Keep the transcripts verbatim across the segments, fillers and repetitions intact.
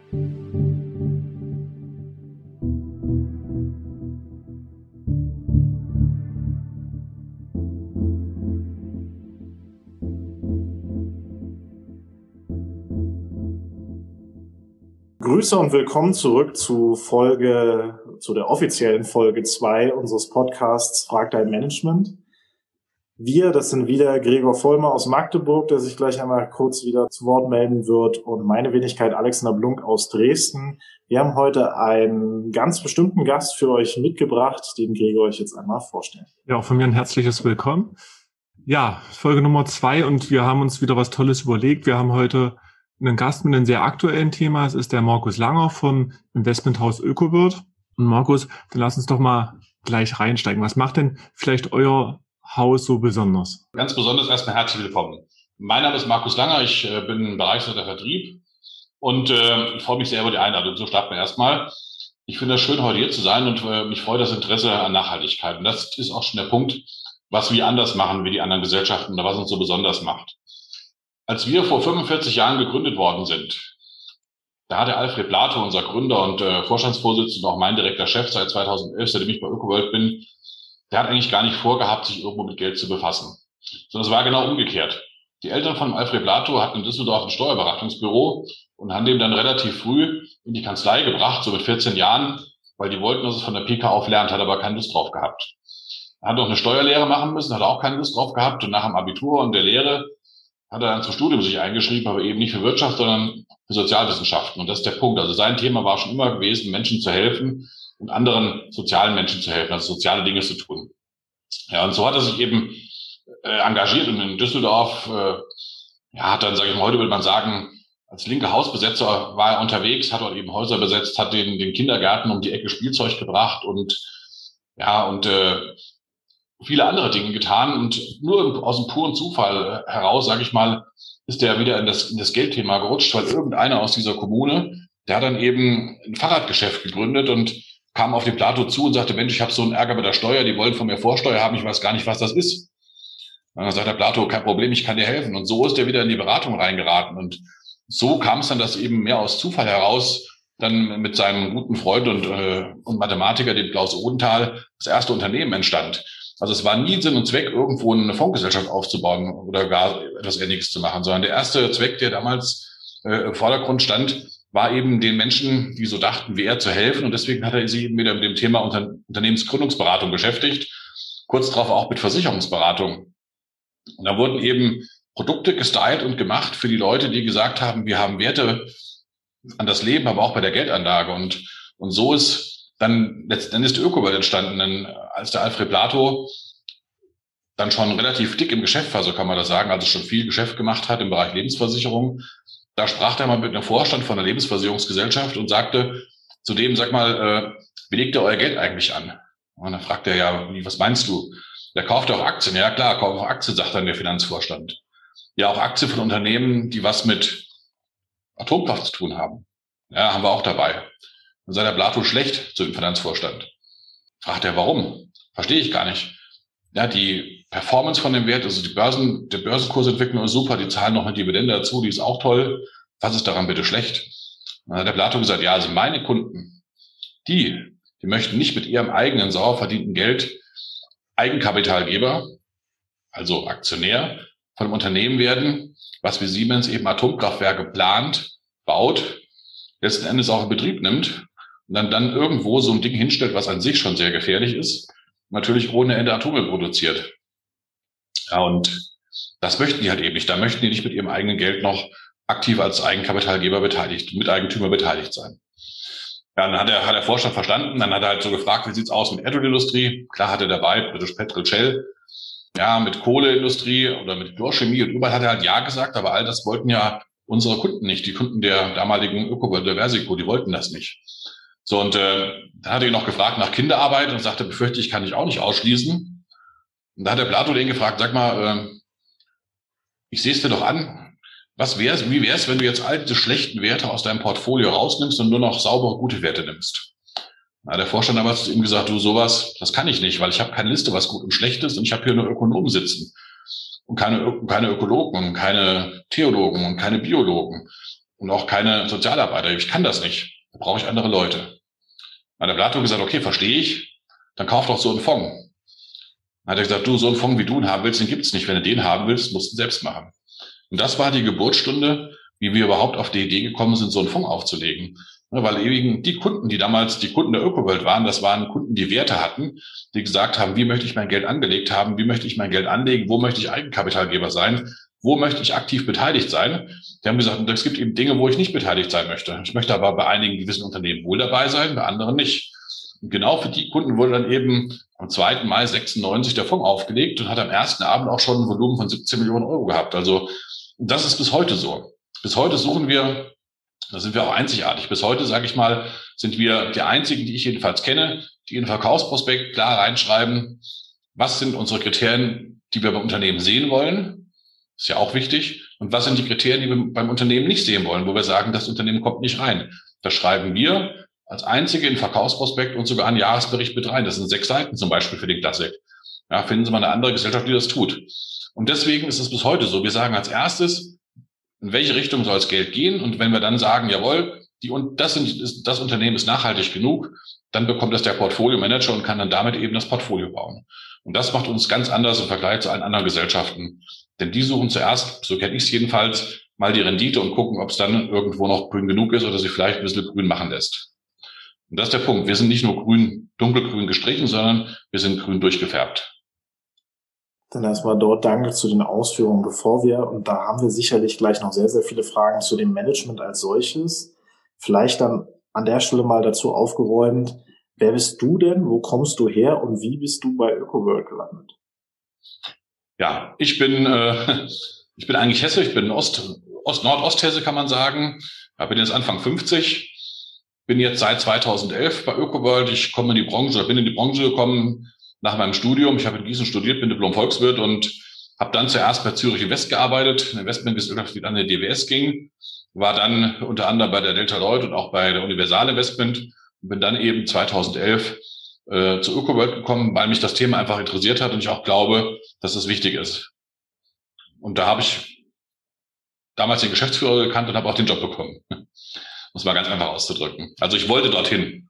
Grüße und willkommen zurück zu Folge, zu der offiziellen Folge zwei unseres Podcasts Frag dein Management. Wir, das sind wieder Gregor Vollmer aus Magdeburg, der sich gleich einmal kurz wieder zu Wort melden wird, und meine Wenigkeit Alexander Blunk aus Dresden. Wir haben heute einen ganz bestimmten Gast für euch mitgebracht, den Gregor euch jetzt einmal vorstellt. Ja, auch von mir ein herzliches Willkommen. Ja, Folge Nummer zwei, und wir haben uns wieder was Tolles überlegt. Wir haben heute einen Gast mit einem sehr aktuellen Thema. Es ist der Markus Langer vom Investmenthaus Ökowirt. Und Markus, dann lass uns doch mal gleich reinsteigen. Was macht denn vielleicht euer Haus so besonders? Ganz besonders erstmal herzlich willkommen. Mein Name ist Markus Langer, ich äh, bin Bereichsleiter Vertrieb und äh, ich freue mich sehr über die Einladung. So starten wir erstmal. Ich finde es schön, heute hier zu sein, und äh, mich freut das Interesse an Nachhaltigkeit. Und das ist auch schon der Punkt, was wir anders machen wie die anderen Gesellschaften oder was uns so besonders macht. Als wir vor fünfundvierzig Jahren gegründet worden sind, da hat der Alfred Blato, unser Gründer und äh, Vorstandsvorsitzender und auch mein direkter Chef seit zweitausendelf, seitdem ich bei Ökoworld bin, der hat eigentlich gar nicht vorgehabt, sich irgendwo mit Geld zu befassen. Sondern es war genau umgekehrt. Die Eltern von Alfred Blato hatten in Düsseldorf ein Steuerberatungsbüro und haben den dann relativ früh in die Kanzlei gebracht, so mit vierzehn Jahren, weil die wollten, dass es von der P K auf lernt, hat aber keine Lust drauf gehabt. Er hat noch eine Steuerlehre machen müssen, hat auch keine Lust drauf gehabt, und nach dem Abitur und der Lehre hat er dann zum Studium sich eingeschrieben, aber eben nicht für Wirtschaft, sondern für Sozialwissenschaften. Und das ist der Punkt. Also sein Thema war schon immer gewesen, Menschen zu helfen und anderen sozialen Menschen zu helfen, also soziale Dinge zu tun. Ja, und so hat er sich eben äh, engagiert, und in Düsseldorf, äh, ja, hat dann, sage ich mal, heute würde man sagen, als linker Hausbesetzer war er unterwegs, hat dort eben Häuser besetzt, hat den, den Kindergärten um die Ecke Spielzeug gebracht und ja, und äh, viele andere Dinge getan, und nur aus dem puren Zufall heraus, sage ich mal, ist der wieder in das, in das Geldthema gerutscht, weil irgendeiner aus dieser Kommune, der hat dann eben ein Fahrradgeschäft gegründet und kam auf den Plato zu und sagte, Mensch, ich habe so einen Ärger mit der Steuer, die wollen von mir Vorsteuer haben, ich weiß gar nicht, was das ist. Und dann sagt der Plato, kein Problem, ich kann dir helfen. Und so ist er wieder in die Beratung reingeraten, und so kam es dann, dass eben mehr aus Zufall heraus dann mit seinem guten Freund und, äh, und Mathematiker, dem Klaus Odenthal, das erste Unternehmen entstand. Also es war nie Sinn und Zweck, irgendwo eine Fondsgesellschaft aufzubauen oder gar etwas Ähnliches zu machen, sondern der erste Zweck, der damals äh, im Vordergrund stand, war eben den Menschen, die so dachten wie er, zu helfen. Und deswegen hat er sich eben wieder mit dem Thema Unter- Unternehmensgründungsberatung beschäftigt, kurz darauf auch mit Versicherungsberatung. Und da wurden eben Produkte gestylt und gemacht für die Leute, die gesagt haben, wir haben Werte an das Leben, aber auch bei der Geldanlage. Und, und so ist dann letztendlich die Ökoworld entstanden, denn als der Alfred Blato dann schon relativ dick im Geschäft war, so kann man das sagen, also schon viel Geschäft gemacht hat im Bereich Lebensversicherung, da sprach er mal mit einem Vorstand von einer Lebensversicherungsgesellschaft und sagte zu dem, sag mal, äh, wie legt ihr euer Geld eigentlich an? Und dann fragt er, ja, wie, was meinst du? Der kauft auch Aktien. Ja klar, kauft auch Aktien, sagt dann der Finanzvorstand. Ja, auch Aktien von Unternehmen, die was mit Atomkraft zu tun haben. Ja, haben wir auch dabei. Dann sei der Blato schlecht zu dem Finanzvorstand. Fragt er, warum? Verstehe ich gar nicht. Ja, die Performance von dem Wert, also die Börsen, die Börsenkursentwicklung ist super, die zahlen noch eine Dividende dazu, die ist auch toll. Was ist daran bitte schlecht? Dann hat der Blato gesagt, ja, also meine Kunden, die, die möchten nicht mit ihrem eigenen sauer verdienten Geld Eigenkapitalgeber, also Aktionär von einem Unternehmen werden, was wie Siemens eben Atomkraftwerke plant, baut, letzten Endes auch in Betrieb nimmt und dann, dann irgendwo so ein Ding hinstellt, was an sich schon sehr gefährlich ist, natürlich ohne Ende Atome produziert. Ja, und das möchten die halt eben nicht. Da möchten die nicht mit ihrem eigenen Geld noch aktiv als Eigenkapitalgeber beteiligt, Miteigentümer beteiligt sein. Ja, dann hat er, hat der Vorstand verstanden, dann hat er halt so gefragt, wie sieht's aus mit Erdölindustrie? Klar hat er dabei, British Petrol Shell, ja, mit Kohleindustrie oder mit Chlorchemie, und überall hat er halt ja gesagt, aber all das wollten ja unsere Kunden nicht, die Kunden der damaligen Ökoworld, der Versico, die wollten das nicht. So, und äh, dann hat er ihn noch gefragt nach Kinderarbeit und sagte, befürchte ich, kann ich auch nicht ausschließen. Und da hat der Plato den gefragt, sag mal, äh, ich sehe es dir doch an, was wär's, wie wär's, wenn du jetzt all diese schlechten Werte aus deinem Portfolio rausnimmst und nur noch saubere, gute Werte nimmst? Da hat der Vorstand damals zu ihm gesagt, du, sowas, das kann ich nicht, weil ich habe keine Liste, was gut und schlecht ist, und ich habe hier nur Ökonomen sitzen und keine, keine Ökologen und keine Theologen und keine Biologen. und auch keine Sozialarbeiter. Ich kann das nicht. Da brauche ich andere Leute. Dann hat der Plato gesagt, okay, verstehe ich, dann kauf doch so einen Fonds. Dann hat er gesagt, du, so einen Fonds, wie du ihn haben willst, den gibt's nicht. Wenn du den haben willst, musst du ihn selbst machen. Und das war die Geburtsstunde, wie wir überhaupt auf die Idee gekommen sind, so einen Fonds aufzulegen. Weil eben die Kunden, die damals die Kunden der Ökowelt waren, das waren Kunden, die Werte hatten, die gesagt haben, wie möchte ich mein Geld angelegt haben, wie möchte ich mein Geld anlegen, wo möchte ich Eigenkapitalgeber sein, wo möchte ich aktiv beteiligt sein. Die haben gesagt, es gibt eben Dinge, wo ich nicht beteiligt sein möchte. Ich möchte aber bei einigen gewissen Unternehmen wohl dabei sein, bei anderen nicht. Und genau für die Kunden wurde dann eben am zweiten Mai sechsundneunzig der Fonds aufgelegt und hat am ersten Abend auch schon ein Volumen von siebzehn Millionen Euro gehabt. Also das ist bis heute so. Bis heute suchen wir, da sind wir auch einzigartig. Bis heute, sage ich mal, sind wir die einzigen, die ich jedenfalls kenne, die in den Verkaufsprospekt klar reinschreiben, was sind unsere Kriterien, die wir beim Unternehmen sehen wollen. Ist ja auch wichtig. Und was sind die Kriterien, die wir beim Unternehmen nicht sehen wollen, wo wir sagen, das Unternehmen kommt nicht rein. Das schreiben wir als einzige in Verkaufsprospekt und sogar einen Jahresbericht mit rein. Das sind sechs Seiten zum Beispiel für den Classic. Ja, finden Sie mal eine andere Gesellschaft, die das tut. Und deswegen ist es bis heute so. Wir sagen als erstes, in welche Richtung soll das Geld gehen? Und wenn wir dann sagen, jawohl, die, und das, sind, das Unternehmen ist nachhaltig genug, dann bekommt das der Portfolio-Manager und kann dann damit eben das Portfolio bauen. Und das macht uns ganz anders im Vergleich zu allen anderen Gesellschaften. Denn die suchen zuerst, so kenne ich es jedenfalls, mal die Rendite und gucken, ob es dann irgendwo noch grün genug ist oder sich vielleicht ein bisschen grün machen lässt. Und das ist der Punkt. Wir sind nicht nur grün, dunkelgrün gestrichen, sondern wir sind grün durchgefärbt. Dann erstmal dort danke zu den Ausführungen, bevor wir, und da haben wir sicherlich gleich noch sehr, sehr viele Fragen zu dem Management als solches. Vielleicht dann an der Stelle mal dazu aufgeräumt, wer bist du denn, wo kommst du her und wie bist du bei Ökowelt gelandet? Ja, ich bin äh, ich bin eigentlich Hesse, ich bin Ost, Ost Nordosthesse, kann man sagen. Ich bin jetzt Anfang fünfzig, bin jetzt seit zweitausendelf bei Ökowelt. Ich komme in die Branche, bin in die Branche gekommen nach meinem Studium. Ich habe in Gießen studiert, bin Diplom-Volkswirt und habe dann zuerst bei Zürich Invest gearbeitet, eine Investmentgesellschaft, die dann in der D W S ging, war dann unter anderem bei der Delta Lloyd und auch bei der Universal Investment und bin dann eben zweitausendelf äh, zu Ökowelt gekommen, weil mich das Thema einfach interessiert hat und ich auch glaube, dass es wichtig ist. Und da habe ich damals den Geschäftsführer gekannt und habe auch den Job bekommen. Um es mal ganz einfach auszudrücken. Also ich wollte dorthin.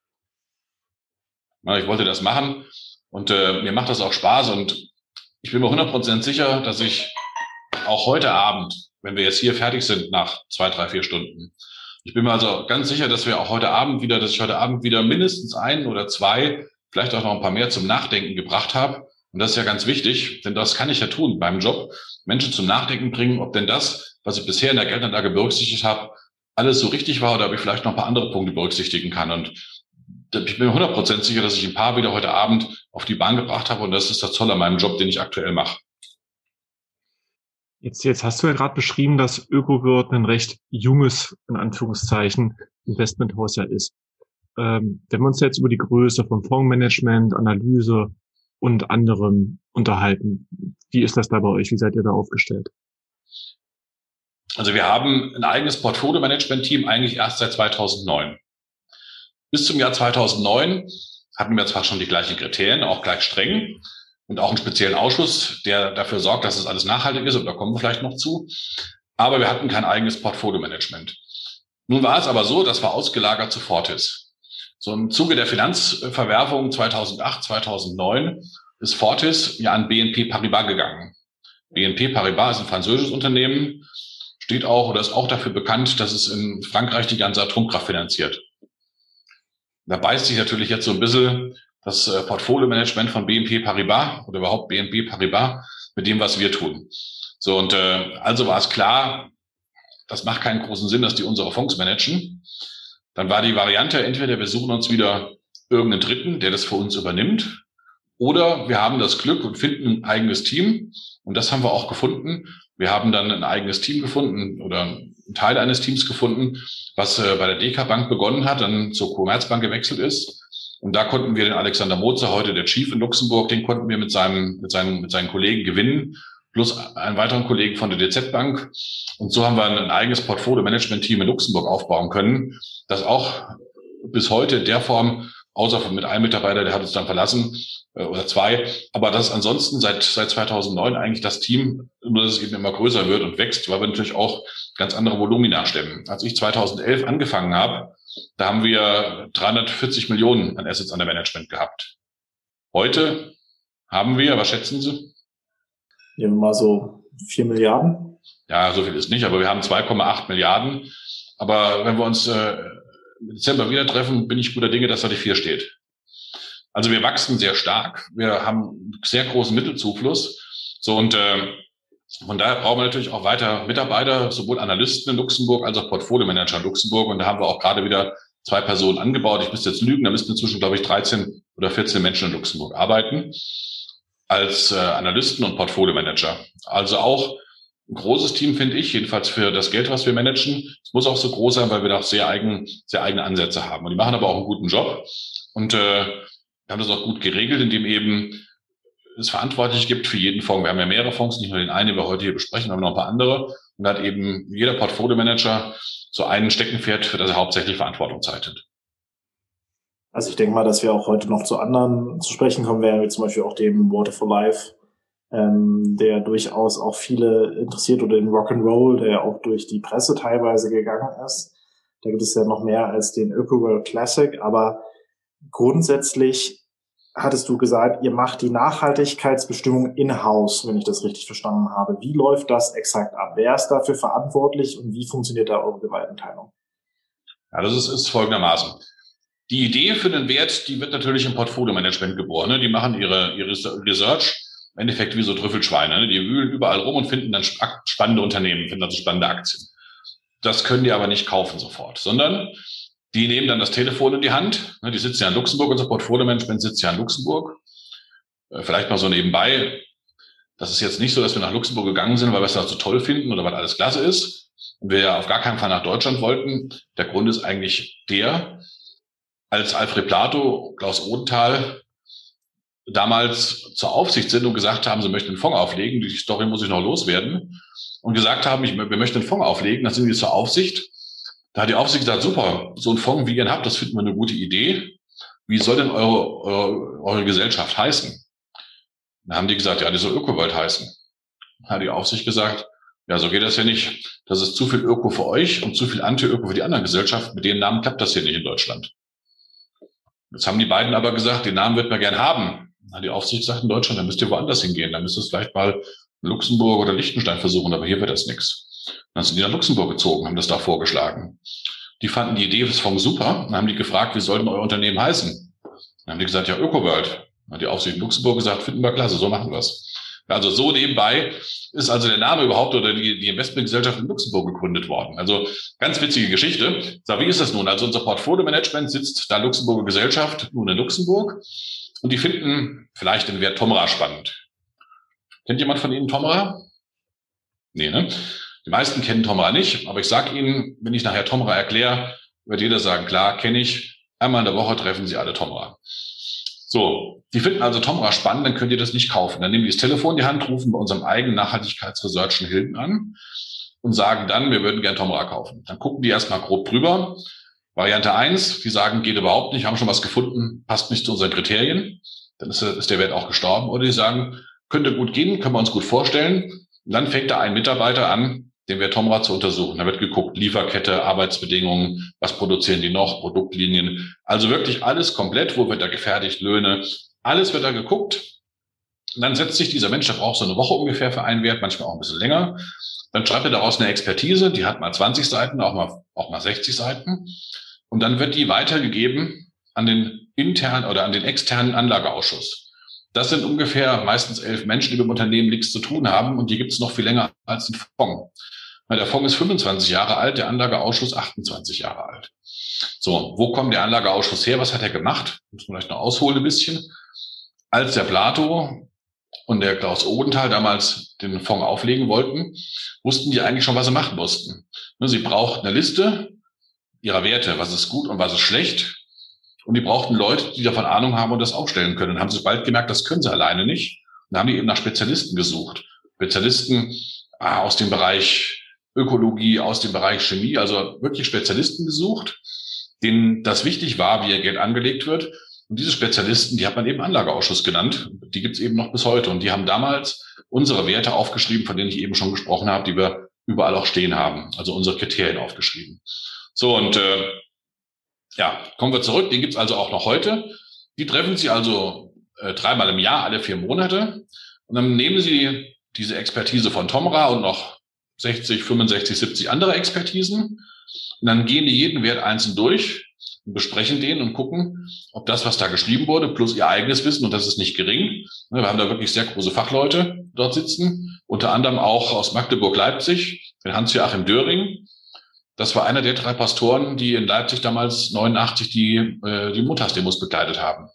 Ja, ich wollte das machen und äh, mir macht das auch Spaß und ich bin mir hundert Prozent sicher, dass ich auch heute Abend, wenn wir jetzt hier fertig sind nach zwei, drei, vier Stunden, ich bin mir also ganz sicher, dass wir auch heute Abend wieder, dass ich heute Abend wieder mindestens ein oder zwei, vielleicht auch noch ein paar mehr zum Nachdenken gebracht habe. Und das ist ja ganz wichtig, denn das kann ich ja tun beim Job, Menschen zum Nachdenken bringen, ob denn das, was ich bisher in der Geldanlage berücksichtigt habe, alles so richtig war oder ob ich vielleicht noch ein paar andere Punkte berücksichtigen kann. Und ich bin mir hundert Prozent sicher, dass ich ein paar wieder heute Abend auf die Bahn gebracht habe und das ist das Tolle an meinem Job, den ich aktuell mache. Jetzt, jetzt hast du ja gerade beschrieben, dass Ökowelt ein recht junges, in Anführungszeichen, Investmenthaus ja ist. Ähm, wenn wir uns jetzt über die Größe vom Fondsmanagement, Analyse und anderem unterhalten, wie ist das da bei euch? Wie seid ihr da aufgestellt? Also wir haben ein eigenes Portfolio-Management-Team eigentlich erst seit zweitausendneun. Bis zum Jahr zweitausendneun hatten wir zwar schon die gleichen Kriterien, auch gleich streng und auch einen speziellen Ausschuss, der dafür sorgt, dass es alles nachhaltig ist, und da kommen wir vielleicht noch zu. Aber wir hatten kein eigenes Portfolio-Management. Nun war es aber so, das war ausgelagert zu Fortis. So im Zuge der Finanzverwerfung zweitausendacht, zweitausendneun ist Fortis ja an B N P Paribas gegangen. B N P Paribas ist ein französisches Unternehmen, steht auch oder ist auch dafür bekannt, dass es in Frankreich die ganze Atomkraft finanziert. Da beißt sich natürlich jetzt so ein bisschen das Portfolio-Management von B N P Paribas oder überhaupt B N P Paribas mit dem, was wir tun. So, und äh, also war es klar, das macht keinen großen Sinn, dass die unsere Fonds managen. Dann war die Variante, entweder wir suchen uns wieder irgendeinen Dritten, der das für uns übernimmt, oder wir haben das Glück und finden ein eigenes Team. Und das haben wir auch gefunden. Wir haben dann ein eigenes Team gefunden oder einen Teil eines Teams gefunden, was äh, bei der D K Bank begonnen hat, dann zur Commerzbank gewechselt ist. Und da konnten wir den Alexander Mozer, heute der Chief in Luxemburg, den konnten wir mit seinem, mit seinen, mit seinen Kollegen gewinnen, plus einen weiteren Kollegen von der D Z Bank. Und so haben wir ein eigenes Portfolio-Management-Team in Luxemburg aufbauen können, das auch bis heute in der Form außer von mit einem Mitarbeiter, der hat uns dann verlassen, äh, oder zwei. Aber das ist ansonsten seit seit zweitausendneun eigentlich das Team, nur dass es eben immer größer wird und wächst, weil wir natürlich auch ganz andere Volumina stemmen. Als ich zweitausendelf angefangen habe, da haben wir dreihundertvierzig Millionen an Assets under Management gehabt. Heute haben wir, was schätzen Sie? Nehmen wir mal so vier Milliarden. Ja, so viel ist nicht, aber wir haben zwei Komma acht Milliarden. Aber wenn wir uns äh, im Dezember wieder treffen, bin ich guter Dinge, dass da die vier steht. Also wir wachsen sehr stark. Wir haben einen sehr großen Mittelzufluss. So, und äh, von daher brauchen wir natürlich auch weiter Mitarbeiter, sowohl Analysten in Luxemburg als auch Portfolio-Manager in Luxemburg. Und da haben wir auch gerade wieder zwei Personen angebaut. Ich müsste jetzt lügen, da müssten inzwischen, glaube ich, dreizehn oder vierzehn Menschen in Luxemburg arbeiten als äh, Analysten und Portfolio-Manager. Also auch ein großes Team, finde ich, jedenfalls für das Geld, was wir managen. Es muss auch so groß sein, weil wir da auch sehr, eigen, sehr eigene Ansätze haben. Und die machen aber auch einen guten Job. Und äh, wir haben das auch gut geregelt, indem eben es Verantwortliche gibt für jeden Fonds. Wir haben ja mehrere Fonds, nicht nur den einen, den wir heute hier besprechen, aber noch ein paar andere. Und da hat eben jeder Portfolio-Manager so einen Steckenpferd, für das er hauptsächlich Verantwortung zeichnet. Also ich denke mal, dass wir auch heute noch zu anderen zu sprechen kommen werden, wie zum Beispiel auch dem Water for Life, ähm, der durchaus auch viele interessiert, oder den Rock'n'Roll, der ja auch durch die Presse teilweise gegangen ist. Da gibt es ja noch mehr als den ÖkoWorld Classic, aber grundsätzlich hattest du gesagt, ihr macht die Nachhaltigkeitsbestimmung in-house, wenn ich das richtig verstanden habe. Wie läuft das exakt ab? Wer ist dafür verantwortlich und wie funktioniert da eure Gewaltenteilung? Ja, das ist, ist folgendermaßen. Die Idee für den Wert, die wird natürlich im Portfolio-Management geboren. Ne? Die machen ihre, ihre Research im Endeffekt wie so Trüffelschweine. Ne? Die wühlen überall rum und finden dann spannende Unternehmen, finden also spannende Aktien. Das können die aber nicht kaufen sofort, sondern die nehmen dann das Telefon in die Hand. Die sitzen ja in Luxemburg, unser Portfolio-Management sitzt ja in Luxemburg. Vielleicht mal so nebenbei. Das ist jetzt nicht so, dass wir nach Luxemburg gegangen sind, weil wir es da so toll finden oder weil alles klasse ist. Und wir ja auf gar keinen Fall nach Deutschland wollten. Der Grund ist eigentlich der, als Alfred Plato, Klaus Odenthal damals zur Aufsicht sind und gesagt haben, sie möchten einen Fonds auflegen, die Story muss ich noch loswerden, und gesagt haben, ich, wir möchten einen Fonds auflegen, dann sind wir zur Aufsicht. Da hat die Aufsicht gesagt, super, so ein Fonds, wie ihr ihn habt, das finden wir eine gute Idee. Wie soll denn eure, eure, eure Gesellschaft heißen? Dann haben die gesagt, ja, die soll ÖkoWorld heißen. Dann hat die Aufsicht gesagt, ja, so geht das ja nicht. Das ist zu viel Öko für euch und zu viel Anti-Öko für die anderen Gesellschaften. Mit den Namen klappt das hier nicht in Deutschland. Jetzt haben die beiden aber gesagt, den Namen wird man gern haben. Dann hat die Aufsicht gesagt, in Deutschland, dann müsst ihr woanders hingehen. Dann müsst ihr es vielleicht mal in Luxemburg oder Liechtenstein versuchen, aber hier wird das nichts. Dann sind die nach Luxemburg gezogen, haben das da vorgeschlagen. Die fanden die Idee des Fonds super. Dann haben die gefragt, wie soll denn euer Unternehmen heißen? Dann haben die gesagt, ja, ÖkoWorld. Dann hat die Aufsicht in Luxemburg gesagt, finden wir klasse, so machen wir es. Also so nebenbei ist also der Name überhaupt oder die, die Investmentgesellschaft in Luxemburg gegründet worden. Also ganz witzige Geschichte. So, wie ist das nun? Also unser Portfolio-Management sitzt da Luxemburger Gesellschaft nun in Luxemburg und die finden vielleicht den Wert Tomra spannend. Kennt jemand von Ihnen Tomra? Nee, ne? Die meisten kennen Tomra nicht, aber ich sage Ihnen, wenn ich nachher Tomra erkläre, wird jeder sagen, klar, kenne ich. Einmal in der Woche treffen Sie alle Tomra. So, die finden also Tomra spannend, dann könnt ihr das nicht kaufen. Dann nehmen die das Telefon in die Hand, rufen bei unserem eigenen Nachhaltigkeitsresearch in Hilden an und sagen dann, wir würden gern Tomra kaufen. Dann gucken die erstmal grob drüber. Variante eins, die sagen, geht überhaupt nicht, haben schon was gefunden, passt nicht zu unseren Kriterien. Dann ist, ist der Wert auch gestorben. Oder die sagen, könnte gut gehen, können wir uns gut vorstellen. Und dann fängt da ein Mitarbeiter an, den Wert Tomra zu untersuchen. Da wird geguckt, Lieferkette, Arbeitsbedingungen, was produzieren die noch, Produktlinien. Also wirklich alles komplett, wo wird da gefertigt, Löhne, alles wird da geguckt. Und dann setzt sich dieser Mensch, der braucht so eine Woche ungefähr für einen Wert, manchmal auch ein bisschen länger. Dann schreibt er daraus eine Expertise, die hat mal zwanzig Seiten, auch mal, auch mal sechzig Seiten. Und dann wird die weitergegeben an den internen oder an den externen Anlageausschuss. Das sind ungefähr meistens elf Menschen, die mit dem Unternehmen nichts zu tun haben, und die gibt es noch viel länger als den Fonds. Der Fonds ist fünfundzwanzig Jahre alt, der Anlageausschuss achtundzwanzig Jahre alt. So, wo kommt der Anlageausschuss her? Was hat er gemacht? Muss man vielleicht noch ausholen ein bisschen. Als der Plato und der Klaus Odenthal damals den Fonds auflegen wollten, wussten die eigentlich schon, was sie machen mussten. Sie brauchten eine Liste ihrer Werte, was ist gut und was ist schlecht. Und die brauchten Leute, die davon Ahnung haben und das aufstellen können. Dann haben sie bald gemerkt, das können sie alleine nicht. Dann haben die eben nach Spezialisten gesucht. Spezialisten ah, aus dem Bereich Ökologie, aus dem Bereich Chemie, also wirklich Spezialisten gesucht, denen das wichtig war, wie ihr Geld angelegt wird. Und diese Spezialisten, die hat man eben Anlageausschuss genannt. Die gibt es eben noch bis heute. Und die haben damals unsere Werte aufgeschrieben, von denen ich eben schon gesprochen habe, die wir überall auch stehen haben. Also unsere Kriterien aufgeschrieben. So, und äh, ja, kommen wir zurück. Den gibt's also auch noch heute. Die treffen sich also äh, dreimal im Jahr, alle vier Monate. Und dann nehmen sie diese Expertise von Tomra und noch sechzig, fünfundsechzig, siebzig andere Expertisen. Und dann gehen die jeden Wert einzeln durch und besprechen den und gucken, ob das, was da geschrieben wurde, plus ihr eigenes Wissen, und das ist nicht gering. Wir haben da wirklich sehr große Fachleute dort sitzen, unter anderem auch aus Magdeburg-Leipzig, den Hans-Joachim Döring. Das war einer der drei Pastoren, die in Leipzig damals neunundachtzig die, äh, die Montagsdemos begleitet haben.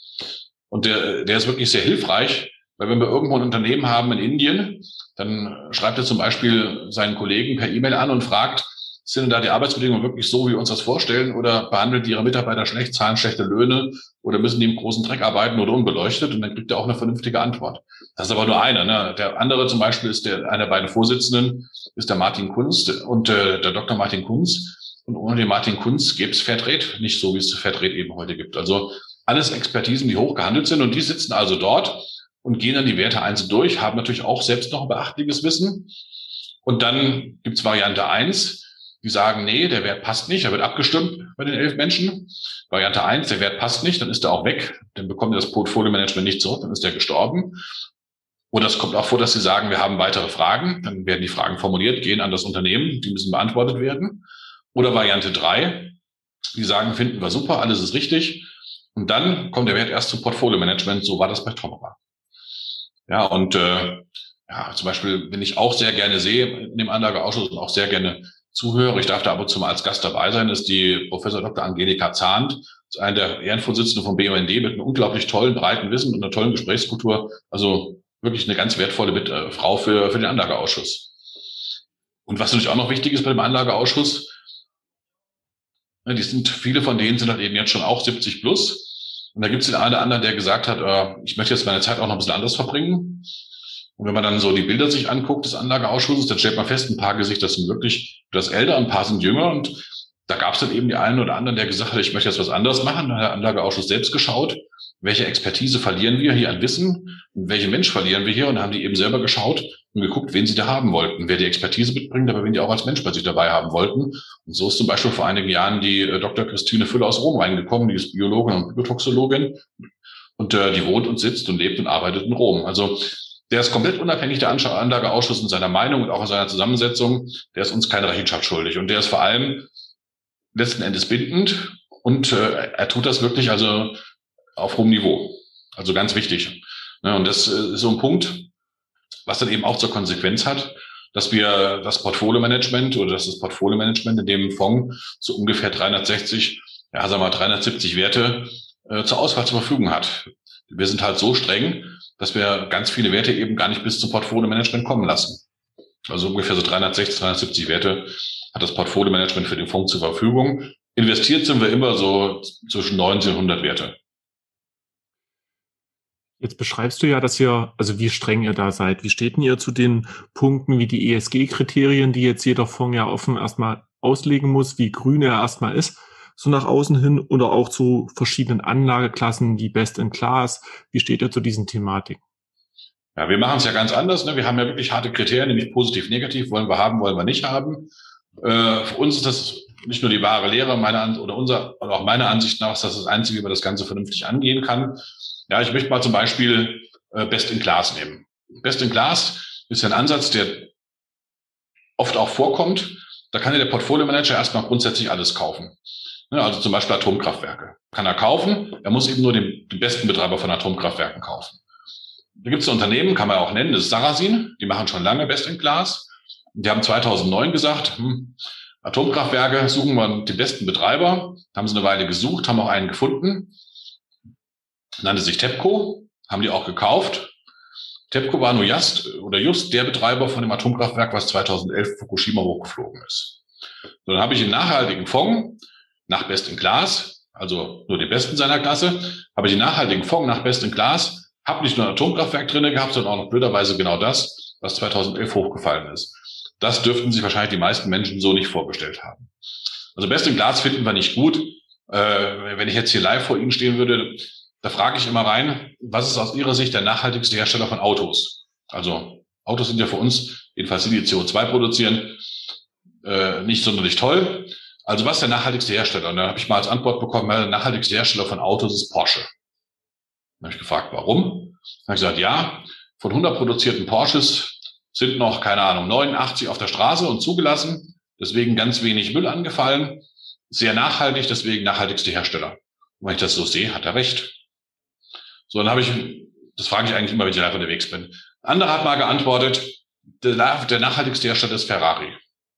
Und der, der ist wirklich sehr hilfreich, weil wenn wir irgendwo ein Unternehmen haben in Indien, dann schreibt er zum Beispiel seinen Kollegen per E-Mail an und fragt, sind denn da die Arbeitsbedingungen wirklich so, wie wir uns das vorstellen, oder behandeln die ihre Mitarbeiter schlecht, zahlen schlechte Löhne, oder müssen die im großen Dreck arbeiten oder unbeleuchtet? Und dann kriegt er auch eine vernünftige Antwort. Das ist aber nur einer. Ne? Der andere zum Beispiel ist der, einer der beiden Vorsitzenden, ist der Martin Kunz und äh, der Doktor Martin Kunz. Und ohne den Martin Kunz gäbe es Fairtrade nicht so, wie es Fairtrade eben heute gibt. Also alles Expertisen, die hoch gehandelt sind, und die sitzen also dort und gehen dann die Werte einzeln durch, haben natürlich auch selbst noch ein beachtliches Wissen. Und dann gibt's Variante eins, die sagen, nee, der Wert passt nicht, er wird abgestimmt bei den elf Menschen. Variante eins, der Wert passt nicht, dann ist er auch weg, dann bekommt ihr das Portfolio-Management nicht zurück, dann ist der gestorben. Oder es kommt auch vor, dass sie sagen, wir haben weitere Fragen, dann werden die Fragen formuliert, gehen an das Unternehmen, die müssen beantwortet werden. Oder Variante drei, die sagen, finden wir super, alles ist richtig. Und dann kommt der Wert erst zum Portfolio-Management, so war das bei Tomra. Ja, und äh, ja, zum Beispiel, wenn ich auch sehr gerne sehe in dem Anlageausschuss und auch sehr gerne zuhöre, ich darf da ab und zu mal als Gast dabei sein, ist die Professor Doktor Angelika Zahnt, ist eine der Ehrenvorsitzenden vom B U N D mit einem unglaublich tollen, breiten Wissen und einer tollen Gesprächskultur. Also wirklich eine ganz wertvolle mit, äh, Frau für, für den Anlageausschuss. Und was natürlich auch noch wichtig ist bei dem Anlageausschuss, ne, die sind, viele von denen sind halt eben jetzt schon auch siebzig plus. Und da gibt es den einen oder anderen, der gesagt hat, äh, ich möchte jetzt meine Zeit auch noch ein bisschen anders verbringen. Und wenn man dann so die Bilder sich anguckt des Anlageausschusses, dann stellt man fest, ein paar Gesichter sind wirklich etwas älter, ein paar sind jünger. Und da gab es dann eben die einen oder anderen, der gesagt hat, ich möchte jetzt was anderes machen. Dann hat der Anlageausschuss selbst geschaut, welche Expertise verlieren wir hier an Wissen und welche Mensch verlieren wir hier. Und dann haben die eben selber geschaut und geguckt, wen sie da haben wollten, wer die Expertise mitbringt, aber wen die auch als Mensch bei sich dabei haben wollten. Und so ist zum Beispiel vor einigen Jahren die äh, Doktor Christine Füller aus Rom reingekommen, die ist Biologin und Biotoxologin. Und äh, die wohnt und sitzt und lebt und arbeitet in Rom. Also der ist komplett unabhängig, der Anlageausschuss, in seiner Meinung und auch in seiner Zusammensetzung. Der ist uns keine Rechenschaft schuldig. Und der ist vor allem letzten Endes bindend. Und äh, er tut das wirklich also auf hohem Niveau. Also ganz wichtig. Ja, und das ist so ein Punkt, was dann eben auch zur Konsequenz hat, dass wir das Portfolio-Management oder dass das Portfolio-Management in dem Fonds so ungefähr dreihundertsechzig, ja sagen wir mal dreihundertsiebzig Werte äh, zur Auswahl zur Verfügung hat. Wir sind halt so streng, dass wir ganz viele Werte eben gar nicht bis zum Portfolio-Management kommen lassen. Also ungefähr so dreihundertsechzig, dreihundertsiebzig Werte hat das Portfolio-Management für den Fonds zur Verfügung. Investiert sind wir immer so zwischen neunzig und hundert Werte. Jetzt beschreibst du ja, dass ihr, also wie streng ihr da seid. Wie steht denn ihr zu den Punkten wie die E S G-Kriterien, die jetzt jeder Fonds ja offen erstmal auslegen muss, wie grün er erstmal ist, so nach außen hin, oder auch zu verschiedenen Anlageklassen wie Best in Class? Wie steht ihr zu diesen Thematiken? Ja, wir machen es ja ganz anders. Ne? Wir haben ja wirklich harte Kriterien, nämlich positiv, negativ, wollen wir haben, wollen wir nicht haben. Äh, für uns ist das nicht nur die wahre Lehre, meiner oder unser oder auch meiner Ansicht nach ist das das Einzige, wie man das Ganze vernünftig angehen kann. Ja, ich möchte mal zum Beispiel äh, Best in Class nehmen. Best in Class ist ja ein Ansatz, der oft auch vorkommt. Da kann ja der Portfolio-Manager erstmal grundsätzlich alles kaufen. Ja, also zum Beispiel Atomkraftwerke. Kann er kaufen, er muss eben nur den, den besten Betreiber von Atomkraftwerken kaufen. Da gibt es ein Unternehmen, kann man auch nennen, das ist Sarasin. Die machen schon lange Best in Class. Die haben zweitausendneun gesagt, hm, Atomkraftwerke, suchen wir den besten Betreiber. Da haben sie eine Weile gesucht, haben auch einen gefunden. Nannte sich TEPCO, haben die auch gekauft. TEPCO war nur just oder just der Betreiber von dem Atomkraftwerk, was zweitausendelf Fukushima hochgeflogen ist. So, dann habe ich einen nachhaltigen Fonds nach Best in Class, also nur den besten seiner Klasse, habe ich einen nachhaltigen Fonds nach Best in Class, habe nicht nur ein Atomkraftwerk drin gehabt, sondern auch noch blöderweise genau das, was zweitausendelf hochgefallen ist. Das dürften sich wahrscheinlich die meisten Menschen so nicht vorgestellt haben. Also Best in Class finden wir nicht gut, Äh, wenn ich jetzt hier live vor Ihnen stehen würde, da frage ich immer rein, was ist aus Ihrer Sicht der nachhaltigste Hersteller von Autos? Also Autos sind ja für uns, jedenfalls die, die C O zwei produzieren, äh, nicht sonderlich toll. Also was ist der nachhaltigste Hersteller? Und dann habe ich mal als Antwort bekommen, der nachhaltigste Hersteller von Autos ist Porsche. Dann habe ich gefragt, warum? Dann habe ich gesagt, ja, von hundert produzierten Porsches sind noch, keine Ahnung, neunundachtzig auf der Straße und zugelassen. Deswegen ganz wenig Müll angefallen. Sehr nachhaltig, deswegen nachhaltigste Hersteller. Und wenn ich das so sehe, hat er recht. So, dann habe ich, das frage ich eigentlich immer, wenn ich live unterwegs bin. Ein anderer hat mal geantwortet, der, der nachhaltigste Hersteller ist Ferrari.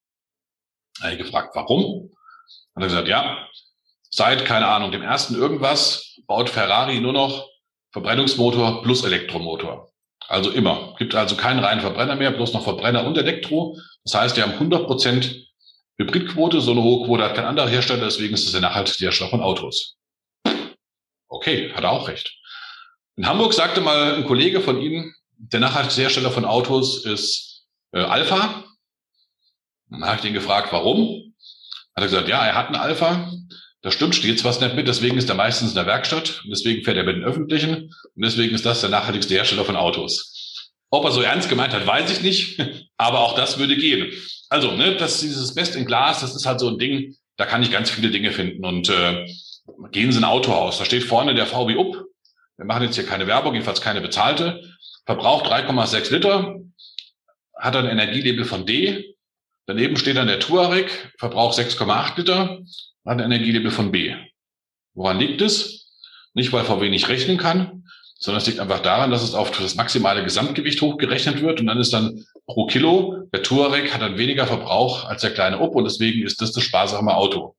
Da habe ich gefragt, warum? Hat er gesagt, ja, seit, keine Ahnung, dem ersten irgendwas baut Ferrari nur noch Verbrennungsmotor plus Elektromotor. Also immer. Gibt also keinen reinen Verbrenner mehr, bloß noch Verbrenner und Elektro. Das heißt, die haben hundert Prozent Hybridquote. So eine hohe Quote hat kein anderer Hersteller, deswegen ist es der nachhaltigste Hersteller von Autos. Okay, hat er auch recht. In Hamburg sagte mal ein Kollege von Ihnen, der nachhaltigste Hersteller von Autos ist äh, Alpha. Dann habe ich den gefragt, warum? Hat er gesagt, ja, er hat einen Alpha. Das stimmt, steht was nicht mit, deswegen ist er meistens in der Werkstatt und deswegen fährt er mit den Öffentlichen und deswegen ist das der nachhaltigste Hersteller von Autos. Ob er so ernst gemeint hat, weiß ich nicht, aber auch das würde gehen. Also, ne, das dieses Best in Class, das ist halt so ein Ding, da kann ich ganz viele Dinge finden und äh, gehen Sie in ein Autohaus, da steht vorne der V W Up, wir machen jetzt hier keine Werbung, jedenfalls keine bezahlte, verbraucht drei Komma sechs Liter, hat ein Energielabel von D, daneben steht dann der Touareg, verbraucht sechs Komma acht Liter, hat ein Energielabel von B. Woran liegt es? Nicht, weil V W nicht rechnen kann, sondern es liegt einfach daran, dass es auf das maximale Gesamtgewicht hochgerechnet wird und dann ist dann pro Kilo, der Touareg hat dann weniger Verbrauch als der kleine Up und deswegen ist das das sparsame Auto.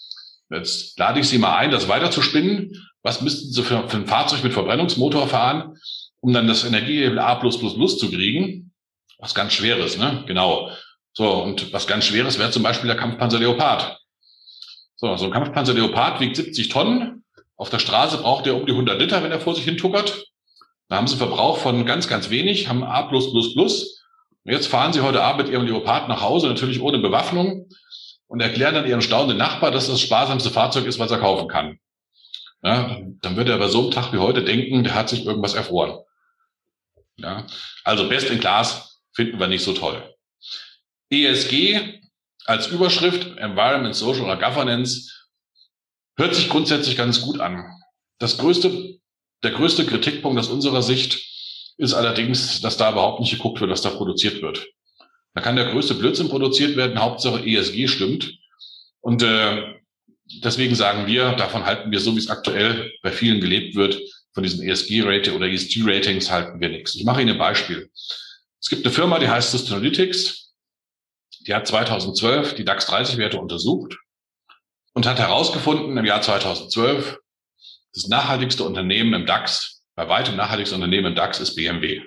Jetzt lade ich Sie mal ein, das weiter zu spinnen. Was müssten Sie für, für ein Fahrzeug mit Verbrennungsmotor fahren, um dann das Energielabel A plus plus plus zu kriegen? Was ganz Schweres, ne? Genau. So, und was ganz Schweres wäre zum Beispiel der Kampfpanzer Leopard. So, so ein Kampfpanzer Leopard wiegt siebzig Tonnen. Auf der Straße braucht er um die hundert Liter, wenn er vor sich hin tuckert. Da haben Sie Verbrauch von ganz, ganz wenig, haben A plus plus plus. Und jetzt fahren Sie heute Abend mit Ihrem Leopard nach Hause, natürlich ohne Bewaffnung, und erklären dann Ihrem staunenden Nachbar, dass das sparsamste Fahrzeug ist, was er kaufen kann. Ja, dann wird er bei so einem Tag wie heute denken, der hat sich irgendwas erfroren. Ja, also Best in Class finden wir nicht so toll. E S G als Überschrift, Environment, Social oder Governance, hört sich grundsätzlich ganz gut an. Das größte, der größte Kritikpunkt aus unserer Sicht ist allerdings, dass da überhaupt nicht geguckt wird, was da produziert wird. Da kann der größte Blödsinn produziert werden, Hauptsache E S G stimmt. Und äh, deswegen sagen wir, davon halten wir, so wie es aktuell bei vielen gelebt wird, von diesen E S G-Rating oder E S G-Ratings halten wir nichts. Ich mache Ihnen ein Beispiel. Es gibt eine Firma, die heißt Sustainalytics. Die hat zweitausendzwölf die DAX dreißig Werte untersucht und hat herausgefunden, im Jahr zweitausendzwölf, das nachhaltigste Unternehmen im DAX, bei weitem nachhaltigste Unternehmen im DAX ist B M W.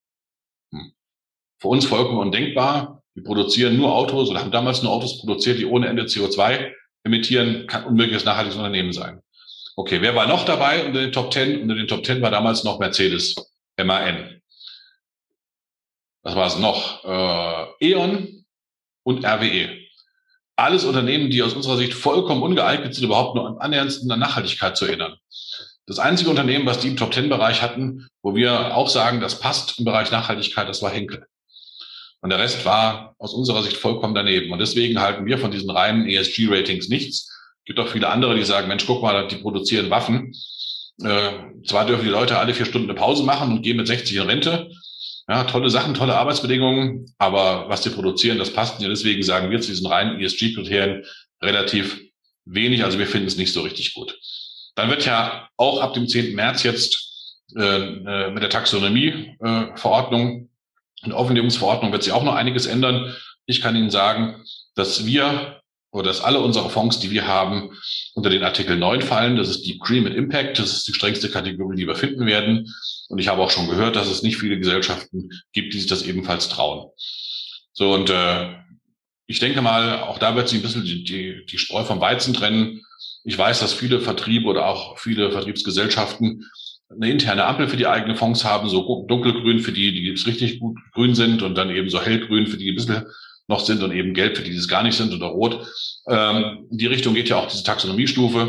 Hm. Für uns vollkommen undenkbar. Die produzieren nur Autos oder haben damals nur Autos produziert, die ohne Ende C O zwei emittieren, kann unmögliches nachhaltiges Unternehmen sein. Okay, wer war noch dabei unter den Top Ten? Unter den Top Ten war damals noch Mercedes, M A N. Was war es noch? Äh, E.ON und R W E. Alles Unternehmen, die aus unserer Sicht vollkommen ungeeignet sind, überhaupt nur am annäherndsten an Nachhaltigkeit zu erinnern. Das einzige Unternehmen, was die im Top-Ten-Bereich hatten, wo wir auch sagen, das passt im Bereich Nachhaltigkeit, das war Henkel. Und der Rest war aus unserer Sicht vollkommen daneben. Und deswegen halten wir von diesen reinen E S G-Ratings nichts. Es gibt auch viele andere, die sagen, Mensch, guck mal, die produzieren Waffen. Äh, zwar dürfen die Leute alle vier Stunden eine Pause machen und gehen mit sechzig in Rente. Ja, tolle Sachen, tolle Arbeitsbedingungen, aber was die produzieren, das passt nicht. Deswegen sagen wir zu diesen reinen E S G-Kriterien relativ wenig. Also wir finden es nicht so richtig gut. Dann wird ja auch ab dem zehnten März jetzt äh, mit der Taxonomie-Verordnung und Offenlegungsverordnung wird sich auch noch einiges ändern. Ich kann Ihnen sagen, dass wir oder dass alle unsere Fonds, die wir haben, unter den Artikel neun fallen. Das ist die Green mit Impact. Das ist die strengste Kategorie, die wir finden werden. Und ich habe auch schon gehört, dass es nicht viele Gesellschaften gibt, die sich das ebenfalls trauen. So, und äh, ich denke mal, auch da wird sich ein bisschen die, die, die Spreu vom Weizen trennen. Ich weiß, dass viele Vertriebe oder auch viele Vertriebsgesellschaften eine interne Ampel für die eigenen Fonds haben, so dunkelgrün für die, die jetzt richtig gut grün sind und dann eben so hellgrün für die, die ein bisschen noch sind und eben gelb für die, die es gar nicht sind oder rot. Ähm, in die Richtung geht ja auch diese Taxonomiestufe.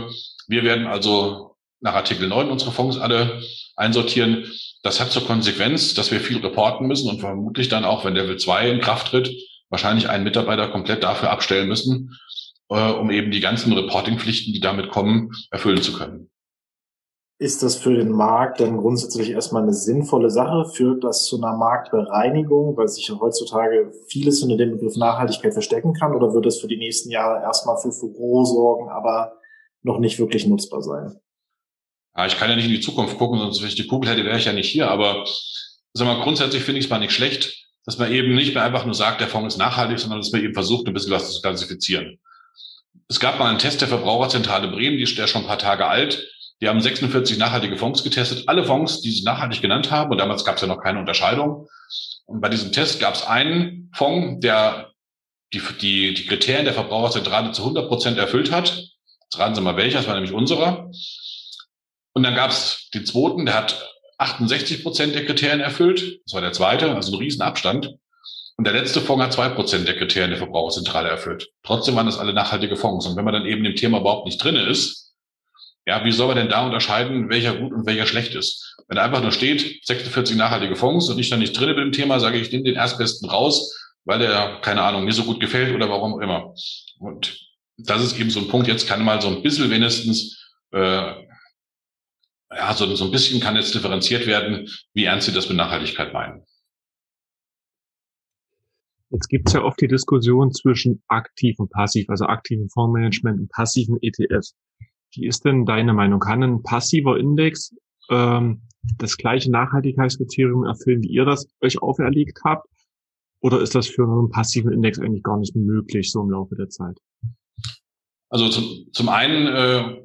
Wir werden also nach Artikel neun unsere Fonds alle einsortieren. Das hat zur Konsequenz, dass wir viel reporten müssen und vermutlich dann auch, wenn Level zwei in Kraft tritt, wahrscheinlich einen Mitarbeiter komplett dafür abstellen müssen, äh, um eben die ganzen Reportingpflichten, die damit kommen, erfüllen zu können. Ist das für den Markt dann grundsätzlich erstmal eine sinnvolle Sache? Führt das zu einer Marktbereinigung, weil sich heutzutage vieles unter dem Begriff Nachhaltigkeit verstecken kann? Oder wird es für die nächsten Jahre erstmal für Furore sorgen, aber noch nicht wirklich nutzbar sein? Ja, ich kann ja nicht in die Zukunft gucken, sonst wenn ich die Kugel hätte, wäre ich ja nicht hier. Aber sag mal, grundsätzlich finde ich es mal nicht schlecht, dass man eben nicht mehr einfach nur sagt, der Fonds ist nachhaltig, sondern dass man eben versucht, ein bisschen was zu klassifizieren. Es gab mal einen Test der Verbraucherzentrale Bremen, die ist ja schon ein paar Tage alt. Die haben sechsundvierzig nachhaltige Fonds getestet, alle Fonds, die sie nachhaltig genannt haben. Und damals gab es ja noch keine Unterscheidung. Und bei diesem Test gab es einen Fonds, der die, die, die Kriterien der Verbraucherzentrale zu hundert Prozent erfüllt hat. Jetzt raten Sie mal welcher, das war nämlich unserer. Und dann gab es den zweiten, der hat achtundsechzig Prozent der Kriterien erfüllt. Das war der zweite, also ein Riesenabstand. Und der letzte Fonds hat zwei Prozent der Kriterien der Verbraucherzentrale erfüllt. Trotzdem waren das alle nachhaltige Fonds. Und wenn man dann eben im Thema überhaupt nicht drin ist, ja, wie soll man denn da unterscheiden, welcher gut und welcher schlecht ist? Wenn da einfach nur steht, sechsundvierzig nachhaltige Fonds und ich dann nicht drin bin im Thema, sage ich, ich nehme den erstbesten raus, weil der, keine Ahnung, mir so gut gefällt oder warum auch immer. Und das ist eben so ein Punkt, jetzt kann mal so ein bisschen wenigstens, äh, ja, so, so ein bisschen kann jetzt differenziert werden, wie ernst Sie das mit Nachhaltigkeit meinen. Jetzt gibt es ja oft die Diskussion zwischen aktiv und passiv, also aktivem Fondsmanagement und passiven E T Fs. Wie ist denn deine Meinung? Kann ein passiver Index ähm, das gleiche Nachhaltigkeitskriterium erfüllen, wie ihr das euch auferlegt habt? Oder ist das für einen passiven Index eigentlich gar nicht möglich, so im Laufe der Zeit? Also zum, zum einen äh,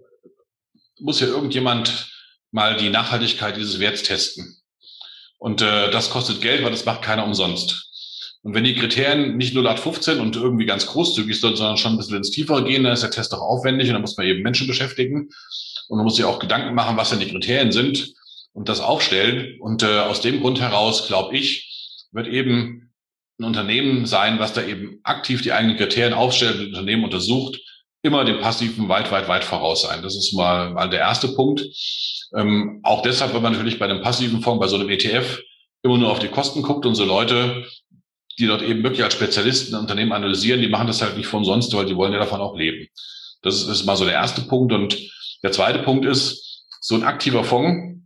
muss ja irgendjemand mal die Nachhaltigkeit dieses Werts testen. Und äh, das kostet Geld, weil das macht keiner umsonst. Und wenn die Kriterien nicht null acht fünfzehn und irgendwie ganz großzügig sind, sondern schon ein bisschen ins Tiefere gehen, dann ist der Test auch aufwendig und dann muss man eben Menschen beschäftigen. Und man muss sich auch Gedanken machen, was denn die Kriterien sind und das aufstellen. Und äh, aus dem Grund heraus, glaube ich, wird eben ein Unternehmen sein, was da eben aktiv die eigenen Kriterien aufstellt, das Unternehmen untersucht, immer dem Passiven weit, weit, weit voraus sein. Das ist mal, mal der erste Punkt. Ähm, auch deshalb, wenn man natürlich bei einem passiven Fonds, bei so einem E T F, immer nur auf die Kosten guckt und so Leute, die dort eben wirklich als Spezialisten Unternehmen analysieren, die machen das halt nicht von sonst, weil die wollen ja davon auch leben. Das ist, das ist mal so der erste Punkt. Und der zweite Punkt ist, so ein aktiver Fonds,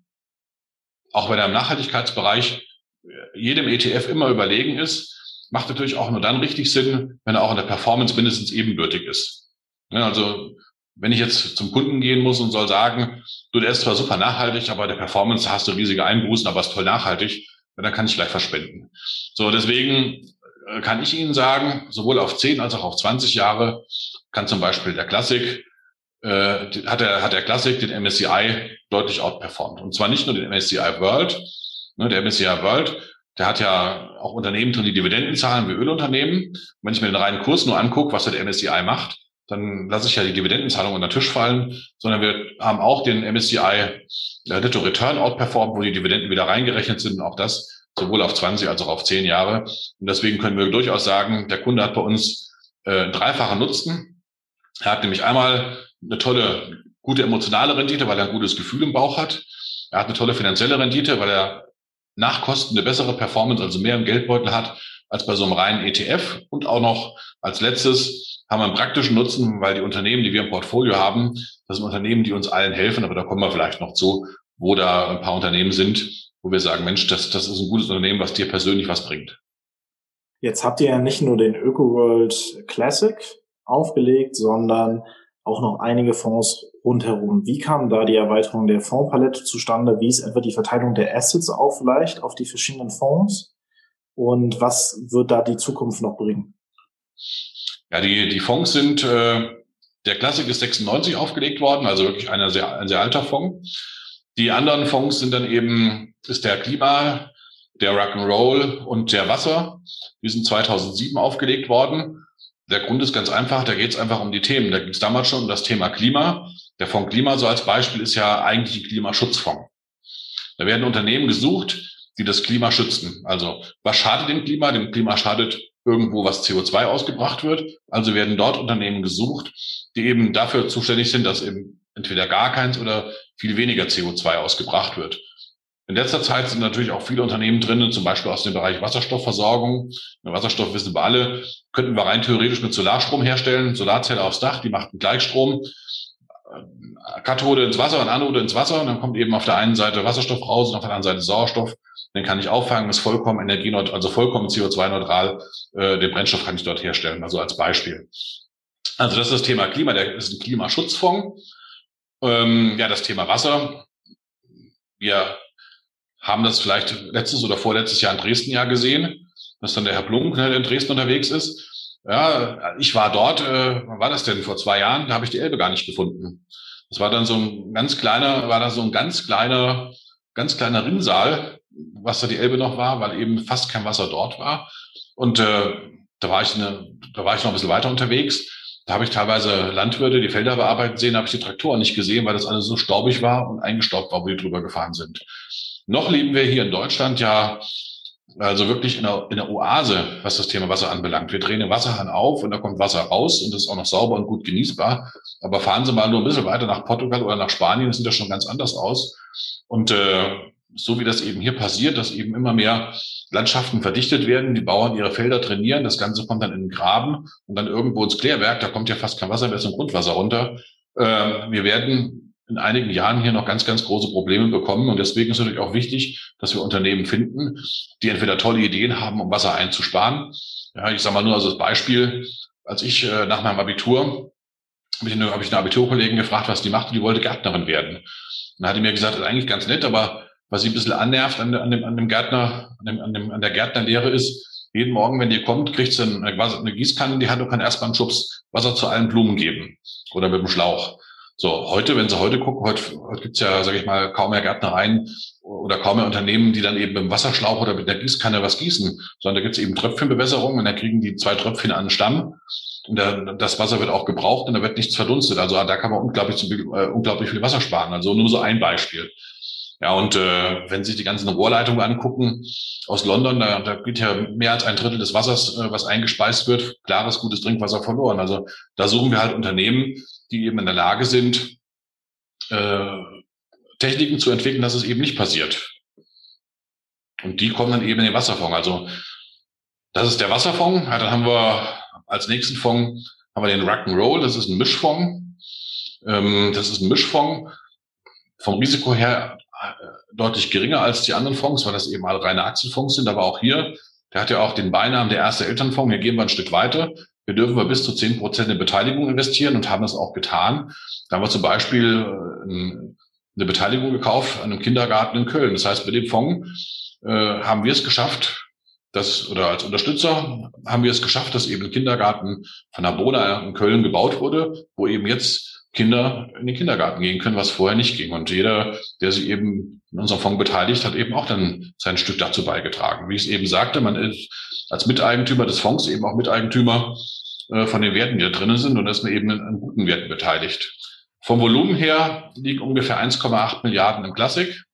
auch wenn er im Nachhaltigkeitsbereich jedem E T F immer überlegen ist, macht natürlich auch nur dann richtig Sinn, wenn er auch in der Performance mindestens ebenbürtig ist. Ja, also wenn ich jetzt zum Kunden gehen muss und soll sagen, du, der ist zwar super nachhaltig, aber der Performance hast du riesige Einbußen, aber ist toll nachhaltig, dann kann ich gleich verschwenden. So, deswegen kann ich Ihnen sagen, sowohl auf zehn als auch auf zwanzig Jahre kann zum Beispiel der Classic, äh, hat der, hat der Classic den M S C I deutlich outperformt. Und zwar nicht nur den M S C I World, ne, der M S C I World, der hat ja auch Unternehmen drin, die Dividenden zahlen wie Ölunternehmen. Wenn ich mir den reinen Kurs nur angucke, was der M S C I macht, dann lasse ich ja die Dividendenzahlung unter den Tisch fallen, sondern wir haben auch den M S C I der Netto Return outperformt, wo die Dividenden wieder reingerechnet sind, auch das sowohl auf zwanzig als auch auf zehn Jahre. Und deswegen können wir durchaus sagen, der Kunde hat bei uns äh, einen dreifachen Nutzen. Er hat nämlich einmal eine tolle, gute emotionale Rendite, weil er ein gutes Gefühl im Bauch hat. Er hat eine tolle finanzielle Rendite, weil er nach Kosten eine bessere Performance, also mehr im Geldbeutel hat, als bei so einem reinen E T F. Und auch noch als letztes haben wir einen praktischen Nutzen, weil die Unternehmen, die wir im Portfolio haben, das sind Unternehmen, die uns allen helfen, aber da kommen wir vielleicht noch zu, wo da ein paar Unternehmen sind, wo wir sagen, Mensch, das, das ist ein gutes Unternehmen, was dir persönlich was bringt. Jetzt habt ihr ja nicht nur den ÖkoWorld Classic aufgelegt, sondern auch noch einige Fonds rundherum. Wie kam da die Erweiterung der Fondspalette zustande? Wie ist etwa die Verteilung der Assets auch vielleicht auf die verschiedenen Fonds? Und was wird da die Zukunft noch bringen? Ja, die, die Fonds sind, äh, der Classic ist sechsundneunzig aufgelegt worden, also wirklich einer sehr, ein sehr alter Fonds. Die anderen Fonds sind dann eben, ist der Klima, der Rock'n'Roll und der Wasser. Die sind zweitausendsieben aufgelegt worden. Der Grund ist ganz einfach, da geht es einfach um die Themen. Da geht es damals schon um das Thema Klima. Der Fonds Klima, so als Beispiel, ist ja eigentlich ein Klimaschutzfonds. Da werden Unternehmen gesucht, die das Klima schützen. Also was schadet dem Klima? Dem Klima schadet irgendwo, was C O zwei ausgebracht wird. Also werden dort Unternehmen gesucht, die eben dafür zuständig sind, dass eben entweder gar keins oder viel weniger C O zwei ausgebracht wird. In letzter Zeit sind natürlich auch viele Unternehmen drin, zum Beispiel aus dem Bereich Wasserstoffversorgung. Wasserstoff wissen wir alle, könnten wir rein theoretisch mit Solarstrom herstellen. Solarzelle aufs Dach, die macht einen Gleichstrom. Kathode ins Wasser und Anode ins Wasser. Und dann kommt eben auf der einen Seite Wasserstoff raus und auf der anderen Seite Sauerstoff. Den kann ich auffangen, ist vollkommen energieneutral, also vollkommen C O zwei neutral. Äh, den Brennstoff kann ich dort herstellen, also als Beispiel. Also das ist das Thema Klima, der ist ein Klimaschutzfonds. Ähm, ja, das Thema Wasser. Wir haben das vielleicht letztes oder vorletztes Jahr in Dresden ja gesehen, dass dann der Herr Blunk, ne, der in Dresden unterwegs ist. Ja, ich war dort, äh, wann war das denn, vor zwei Jahren, da habe ich die Elbe gar nicht gefunden. Das war dann so ein ganz kleiner, war da so ein ganz kleiner, ganz kleiner Rinnsal, was da die Elbe noch war, weil eben fast kein Wasser dort war. Und äh, da war ich eine, da war ich noch ein bisschen weiter unterwegs. Da habe ich teilweise Landwirte, die Felder bearbeiten sehen, habe ich die Traktoren nicht gesehen, weil das alles so staubig war und eingestaubt war, wo die drüber gefahren sind. Noch leben wir hier in Deutschland ja also wirklich in einer, in einer Oase, was das Thema Wasser anbelangt. Wir drehen den Wasserhahn auf und da kommt Wasser raus und das ist auch noch sauber und gut genießbar. Aber fahren Sie mal nur ein bisschen weiter nach Portugal oder nach Spanien, das sieht das schon ganz anders aus. Und äh, so wie das eben hier passiert, dass eben immer mehr Landschaften verdichtet werden, die Bauern ihre Felder trainieren, das Ganze kommt dann in den Graben und dann irgendwo ins Klärwerk, da kommt ja fast kein Wasser mehr zum Grundwasser runter. Äh, wir werden in einigen Jahren hier noch ganz, ganz große Probleme bekommen. Und deswegen ist natürlich auch wichtig, dass wir Unternehmen finden, die entweder tolle Ideen haben, um Wasser einzusparen. Ja, ich sage mal nur als Beispiel, als ich äh, nach meinem Abitur, habe ich, eine, hab ich eine Abiturkollegin gefragt, was die macht, und die wollte Gärtnerin werden. Und dann hat die mir gesagt, das ist eigentlich ganz nett, aber was sie ein bisschen annervt an, an, dem, an dem Gärtner, an, dem, an, dem, an der Gärtnerlehre ist, jeden Morgen, wenn ihr kommt, kriegt sie eine, eine Gießkanne in die Hand und kann erstmal einen Schubs Wasser zu allen Blumen geben. Oder mit dem Schlauch. So, heute, wenn Sie heute gucken, heute, heute gibt's ja, sage ich mal, kaum mehr Gärtnereien oder kaum mehr Unternehmen, die dann eben mit dem Wasserschlauch oder mit der Gießkanne was gießen, sondern da gibt's eben Tröpfchenbewässerung und dann kriegen die zwei Tröpfchen an den Stamm und da, das Wasser wird auch gebraucht und da wird nichts verdunstet. Also da kann man unglaublich, äh, unglaublich viel Wasser sparen. Also nur so ein Beispiel. Ja, und äh, wenn Sie sich die ganzen Rohrleitungen angucken aus London, da, da geht ja mehr als ein Drittel des Wassers, äh, was eingespeist wird, klares, gutes Trinkwasser verloren. Also da suchen wir halt Unternehmen, die eben in der Lage sind, äh, Techniken zu entwickeln, dass es eben nicht passiert. Und die kommen dann eben in den Wasserfonds. Also das ist der Wasserfonds. Ja, dann haben wir als nächsten Fonds haben wir den Rock'n'Roll. Das ist ein Mischfonds. Ähm, das ist ein Mischfonds. Vom Risiko her äh, deutlich geringer als die anderen Fonds, weil das eben alle reine Aktienfonds sind. Aber auch hier, der hat ja auch den Beinamen der erste Elternfonds. Hier gehen wir ein Stück weiter. Wir dürfen wir bis zu zehn Prozent in Beteiligung investieren und haben das auch getan. Da haben wir zum Beispiel eine Beteiligung gekauft an einem Kindergarten in Köln. Das heißt, mit dem Fonds äh, haben wir es geschafft, dass, oder als Unterstützer haben wir es geschafft, dass eben ein Kindergarten von Abona in Köln gebaut wurde, wo eben jetzt Kinder in den Kindergarten gehen können, was vorher nicht ging. Und jeder, der sich eben in unserem Fonds beteiligt, hat eben auch dann sein Stück dazu beigetragen. Wie ich es eben sagte, man ist als Miteigentümer des Fonds eben auch Miteigentümer äh, von den Werten, die da drinnen sind, und da ist man eben an guten Werten beteiligt. Vom Volumen her liegen ungefähr eins Komma acht Milliarden im Classic,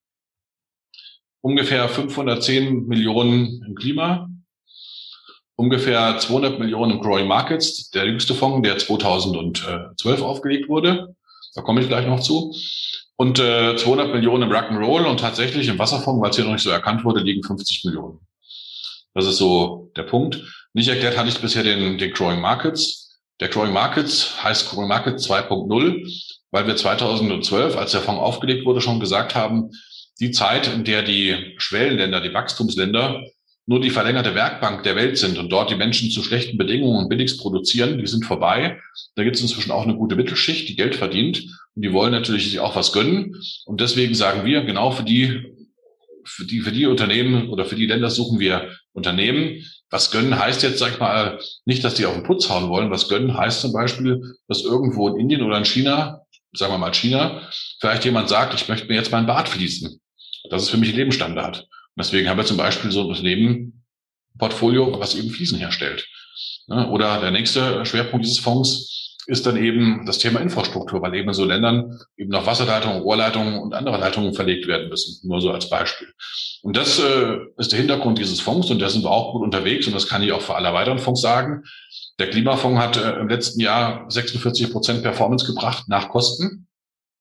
ungefähr fünfhundertzehn Millionen im Klima, ungefähr zweihundert Millionen im Growing Markets, der jüngste Fonds, der zweitausendzwölf aufgelegt wurde. Da komme ich gleich noch zu. Und äh, zweihundert Millionen im Rock'n'Roll, und tatsächlich im Wasserfonds, weil es hier noch nicht so erkannt wurde, liegen fünfzig Millionen. Das ist so der Punkt. Nicht erklärt hatte ich bisher den, den Growing Markets. Der Growing Markets heißt Growing Markets zwei Punkt null, weil wir zweitausendzwölf, als der Fonds aufgelegt wurde, schon gesagt haben, die Zeit, in der die Schwellenländer, die Wachstumsländer nur die verlängerte Werkbank der Welt sind und dort die Menschen zu schlechten Bedingungen und billigst produzieren, die sind vorbei. Da gibt es inzwischen auch eine gute Mittelschicht, die Geld verdient, und die wollen natürlich sich auch was gönnen. Und deswegen sagen wir, genau für die, für die, für die Unternehmen oder für die Länder suchen wir Unternehmen. Was gönnen heißt jetzt, sag ich mal, nicht, dass die auf den Putz hauen wollen. Was gönnen heißt zum Beispiel, dass irgendwo in Indien oder in China, sagen wir mal China, vielleicht jemand sagt, ich möchte mir jetzt meinen Bart fließen. Das ist für mich ein Lebensstandard. Und deswegen haben wir zum Beispiel so ein Unternehmen-Portfolio, was eben Fliesen herstellt. Oder der nächste Schwerpunkt dieses Fonds ist dann eben das Thema Infrastruktur, weil eben in so Ländern eben noch Wasserleitungen, Rohrleitungen und andere Leitungen verlegt werden müssen. Nur so als Beispiel. Und das äh, ist der Hintergrund dieses Fonds, und da sind wir auch gut unterwegs, und das kann ich auch für alle weiteren Fonds sagen. Der Klimafonds hat äh, im letzten Jahr sechsundvierzig Prozent Performance gebracht nach Kosten.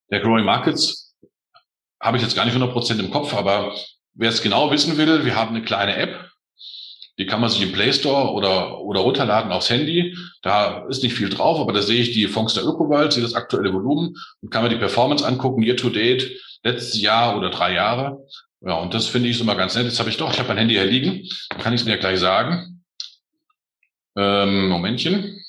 Der Growing Markets habe ich jetzt gar nicht hundert Prozent im Kopf, aber wer es genau wissen will, wir haben eine kleine App, die kann man sich im Play Store oder, oder runterladen aufs Handy. Da ist nicht viel drauf, aber da sehe ich die Fonds der ÖkoWorld, sehe das aktuelle Volumen und kann mir die Performance angucken, year to date, letztes Jahr oder drei Jahre. Ja, und das finde ich so mal ganz nett. Jetzt habe ich doch, ich habe mein Handy hier liegen, dann kann ich es mir ja gleich sagen. Ähm, Momentchen.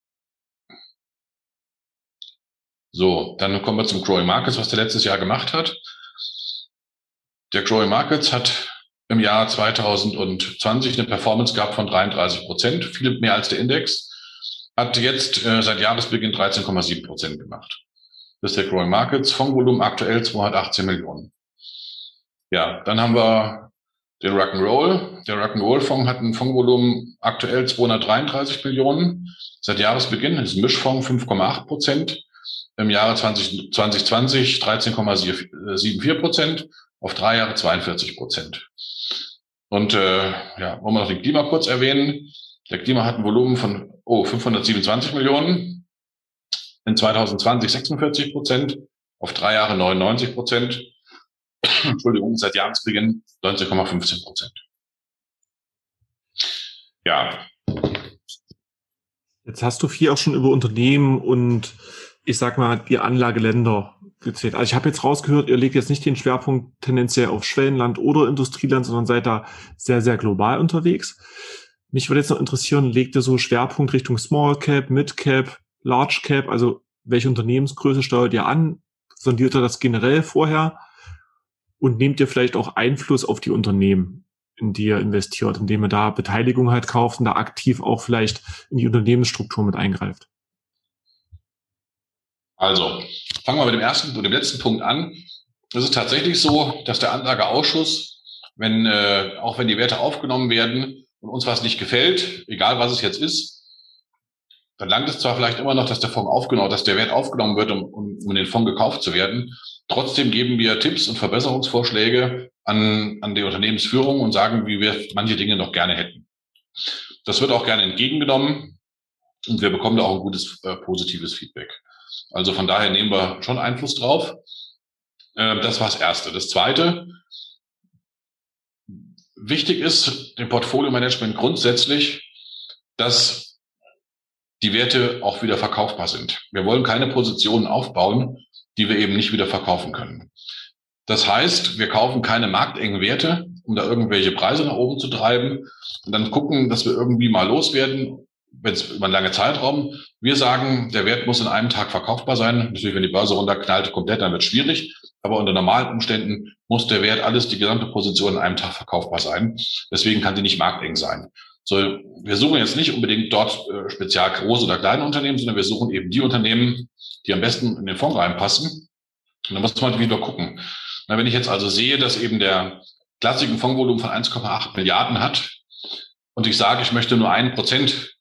So, dann kommen wir zum Growing Markets, was der letztes Jahr gemacht hat. Der Growing Markets hat im Jahr zwanzig zwanzig eine Performance gehabt von dreiunddreißig Prozent, viel mehr als der Index, hat jetzt äh, seit Jahresbeginn dreizehn Komma sieben Prozent gemacht. Das ist der Growing Markets, Fondsvolumen aktuell zweihundertachtzehn Millionen. Ja, dann haben wir den Rock'n'Roll. Der Rock'n'Roll-Fonds hat ein Fondsvolumen aktuell zweihundertdreiunddreißig Millionen, seit Jahresbeginn, das ist ein Mischfonds, fünf Komma acht Prozent. Im Jahre zwanzig zwanzig dreizehn Komma vierundsiebzig Prozent, auf drei Jahre zweiundvierzig Prozent. Und äh, ja, wollen wir noch den Klima kurz erwähnen. Der Klima hat ein Volumen von oh fünfhundertsiebenundzwanzig Millionen, in zwanzig zwanzig sechsundvierzig Prozent, auf drei Jahre neunundneunzig Prozent. Entschuldigung, seit Jahresbeginn neunzehn Komma fünfzehn Prozent. Ja. Jetzt hast du viel auch schon über Unternehmen und ich sag mal die Anlageländer gezählt. Also ich habe jetzt rausgehört, ihr legt jetzt nicht den Schwerpunkt tendenziell auf Schwellenland oder Industrieland, sondern seid da sehr, sehr global unterwegs. Mich würde jetzt noch interessieren, legt ihr so Schwerpunkt Richtung Small Cap, Mid Cap, Large Cap, also welche Unternehmensgröße steuert ihr an? Sondiert ihr das generell vorher? Und nehmt ihr vielleicht auch Einfluss auf die Unternehmen, in die ihr investiert, indem ihr da Beteiligung halt kauft und da aktiv auch vielleicht in die Unternehmensstruktur mit eingreift? Also, fangen wir mit dem ersten und dem letzten Punkt an. Es ist tatsächlich so, dass der Anlageausschuss, wenn äh, auch wenn die Werte aufgenommen werden und uns was nicht gefällt, egal was es jetzt ist, dann langt es zwar vielleicht immer noch, dass der Fonds aufgenommen, dass der Wert aufgenommen wird, um, um, um den Fonds gekauft zu werden. Trotzdem geben wir Tipps und Verbesserungsvorschläge an, an die Unternehmensführung und sagen, wie wir manche Dinge noch gerne hätten. Das wird auch gerne entgegengenommen und wir bekommen da auch ein gutes, äh, positives Feedback. Also von daher nehmen wir schon Einfluss drauf. Äh, das war das Erste. Das Zweite, wichtig ist dem Portfolio-Management grundsätzlich, dass die Werte auch wieder verkaufbar sind. Wir wollen keine Positionen aufbauen, die wir eben nicht wieder verkaufen können. Das heißt, wir kaufen keine marktengen Werte, um da irgendwelche Preise nach oben zu treiben und dann gucken, dass wir irgendwie mal loswerden, wenn es über einen langen Zeitraum. Wir sagen, der Wert muss in einem Tag verkaufbar sein. Natürlich, wenn die Börse runterknallt komplett, dann wird es schwierig. Aber unter normalen Umständen muss der Wert, alles, die gesamte Position in einem Tag verkaufbar sein. Deswegen kann die nicht markteng sein. So, wir suchen jetzt nicht unbedingt dort äh, speziell große oder kleine Unternehmen, sondern wir suchen eben die Unternehmen, die am besten in den Fonds reinpassen. Und dann muss man wieder gucken. Na, wenn ich jetzt also sehe, dass eben der klassische Fondsvolumen von eins Komma acht Milliarden hat und ich sage, ich möchte nur ein Prozent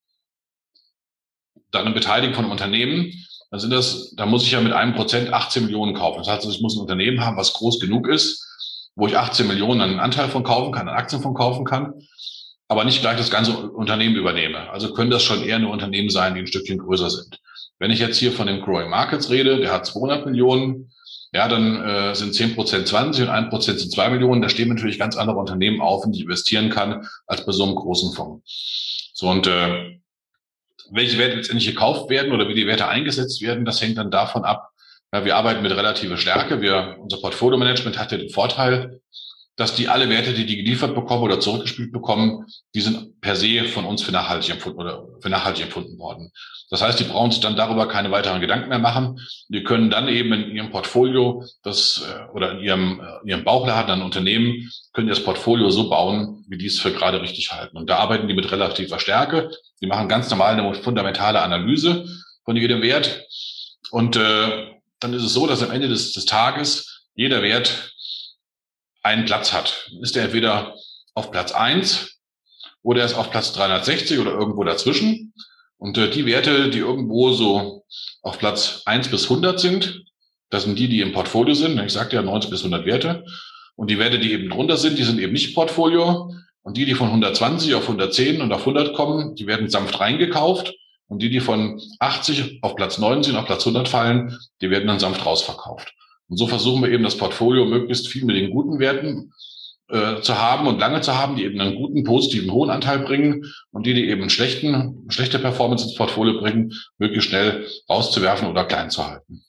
daran beteiligen von einem Unternehmen, dann sind das, da muss ich ja mit einem Prozent achtzehn Millionen kaufen. Das heißt, ich muss ein Unternehmen haben, was groß genug ist, wo ich achtzehn Millionen einen Anteil von kaufen kann, einen Aktien von kaufen kann, aber nicht gleich das ganze Unternehmen übernehme. Also können das schon eher nur Unternehmen sein, die ein Stückchen größer sind. Wenn ich jetzt hier von dem Growing Markets rede, der hat zweihundert Millionen, ja, dann äh, sind zehn Prozent zwanzig und ein Prozent sind zwei Millionen. Da stehen natürlich ganz andere Unternehmen auf, in die ich investieren kann, als bei so einem großen Fonds. So, und äh, welche Werte letztendlich gekauft werden oder wie die Werte eingesetzt werden, das hängt dann davon ab. Ja, wir arbeiten mit relativer Stärke. Wir, unser Portfolio-Management hat ja den Vorteil, dass die alle Werte, die die geliefert bekommen oder zurückgespielt bekommen, die sind per se von uns für nachhaltig empfunden oder für nachhaltig empfunden worden. Das heißt, die brauchen sich dann darüber keine weiteren Gedanken mehr machen. Die können dann eben in ihrem Portfolio das oder in ihrem, in ihrem Bauchladen an Unternehmen können die das Portfolio so bauen, wie die es für gerade richtig halten. Und da arbeiten die mit relativer Stärke. Die machen ganz normal eine fundamentale Analyse von jedem Wert. Und äh, dann ist es so, dass am Ende des, des Tages jeder Wert einen Platz hat. Ist er entweder auf Platz eins oder er ist auf Platz dreihundertsechzig oder irgendwo dazwischen. Und äh, die Werte, die irgendwo so auf Platz eins bis hundert sind, das sind die, die im Portfolio sind. Ich sagte ja neunzig bis hundert Werte. Und die Werte, die eben drunter sind, die sind eben nicht Portfolio. Und die, die von hundertzwanzig auf hundertzehn und auf hundert kommen, die werden sanft reingekauft. Und die, die von achtzig auf Platz neunzehn, auf Platz hundert fallen, die werden dann sanft rausverkauft. Und so versuchen wir eben das Portfolio möglichst viel mit den guten Werten äh, zu haben und lange zu haben, die eben einen guten, positiven, hohen Anteil bringen und die, die eben einen schlechten, schlechte Performance ins Portfolio bringen, möglichst schnell rauszuwerfen oder klein zu halten.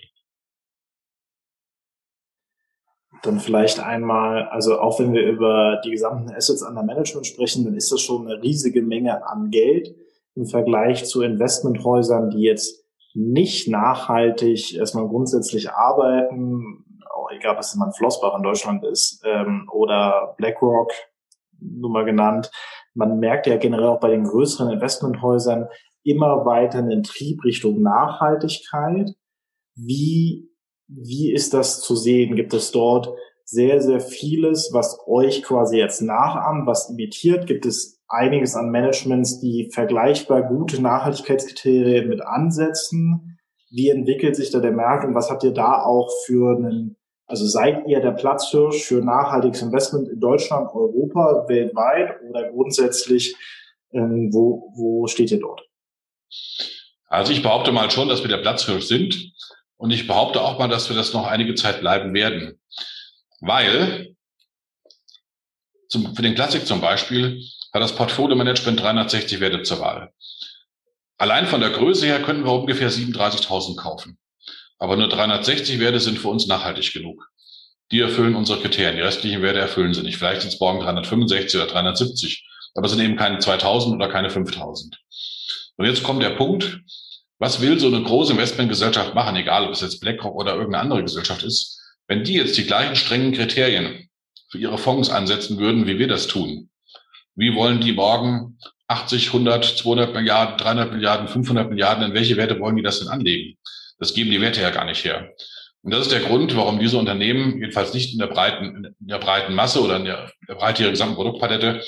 Dann vielleicht einmal, also auch wenn wir über die gesamten Assets under Management sprechen, dann ist das schon eine riesige Menge an Geld im Vergleich zu Investmenthäusern, die jetzt nicht nachhaltig erstmal grundsätzlich arbeiten, auch egal, was man Flossbach in Deutschland ist, ähm, oder BlackRock, nur mal genannt. Man merkt ja generell auch bei den größeren Investmenthäusern immer weiter einen Trieb Richtung Nachhaltigkeit. Wie Wie ist das zu sehen? Gibt es dort sehr, sehr vieles, was euch quasi jetzt nachahmt, was imitiert? Gibt es einiges an Managements, die vergleichbar gute Nachhaltigkeitskriterien mit ansetzen? Wie entwickelt sich da der Markt und was habt ihr da auch für einen, also seid ihr der Platzhirsch für nachhaltiges Investment in Deutschland, Europa, weltweit oder grundsätzlich, ähm, wo, wo steht ihr dort? Also ich behaupte mal schon, dass wir der Platzhirsch sind. Und ich behaupte auch mal, dass wir das noch einige Zeit bleiben werden. Weil, zum, für den Classic zum Beispiel, hat das Portfolio-Management dreihundertsechzig Werte zur Wahl. Allein von der Größe her könnten wir ungefähr siebenunddreißigtausend kaufen. Aber nur dreihundertsechzig Werte sind für uns nachhaltig genug. Die erfüllen unsere Kriterien. Die restlichen Werte erfüllen sie nicht. Vielleicht sind es morgen dreihundertfünfundsechzig oder dreihundertsiebzig. Aber es sind eben keine zweitausend oder keine fünftausend. Und jetzt kommt der Punkt, was will so eine große Investmentgesellschaft machen, egal ob es jetzt BlackRock oder irgendeine andere Gesellschaft ist, wenn die jetzt die gleichen strengen Kriterien für ihre Fonds ansetzen würden, wie wir das tun? Wie wollen die morgen achtzig, hundert, zweihundert Milliarden, dreihundert Milliarden, fünfhundert Milliarden, in welche Werte wollen die das denn anlegen? Das geben die Werte ja gar nicht her. Und das ist der Grund, warum diese Unternehmen, jedenfalls nicht in der breiten, in der breiten Masse oder in der, in der Breite ihrer gesamten Produktpalette,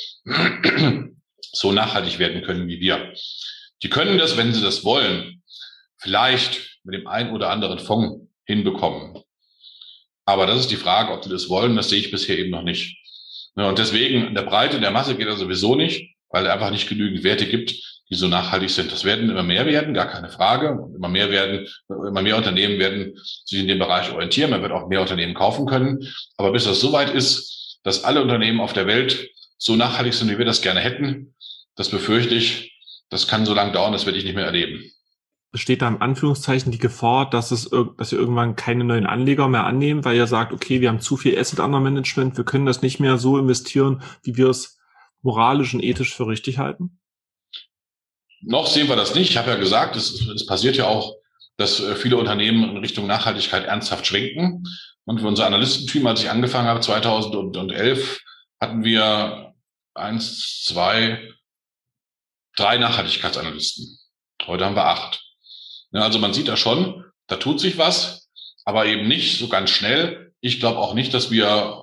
so nachhaltig werden können wie wir. Die können das, wenn sie das wollen, vielleicht mit dem einen oder anderen Fonds hinbekommen. Aber das ist die Frage, ob die das wollen, das sehe ich bisher eben noch nicht. Und deswegen, in der Breite, in der Masse geht das sowieso nicht, weil es einfach nicht genügend Werte gibt, die so nachhaltig sind. Das werden immer mehr werden, gar keine Frage. Immer mehr werden, immer mehr Unternehmen werden sich in dem Bereich orientieren. Man wird auch mehr Unternehmen kaufen können. Aber bis das soweit ist, dass alle Unternehmen auf der Welt so nachhaltig sind, wie wir das gerne hätten, das befürchte ich, das kann so lange dauern, das werde ich nicht mehr erleben. Besteht da im Anführungszeichen die Gefahr, dass es, dass ihr irgendwann keine neuen Anleger mehr annehmen, weil ihr sagt, okay, wir haben zu viel Asset under Management, wir können das nicht mehr so investieren, wie wir es moralisch und ethisch für richtig halten? Noch sehen wir das nicht. Ich habe ja gesagt, es, es passiert ja auch, dass viele Unternehmen in Richtung Nachhaltigkeit ernsthaft schwenken. Und für unser Analystenteam, als ich angefangen habe, zweitausendelf, hatten wir eins, zwei, drei Nachhaltigkeitsanalysten. Heute haben wir acht. Ja, also man sieht da schon, da tut sich was, aber eben nicht so ganz schnell. Ich glaube auch nicht, dass wir,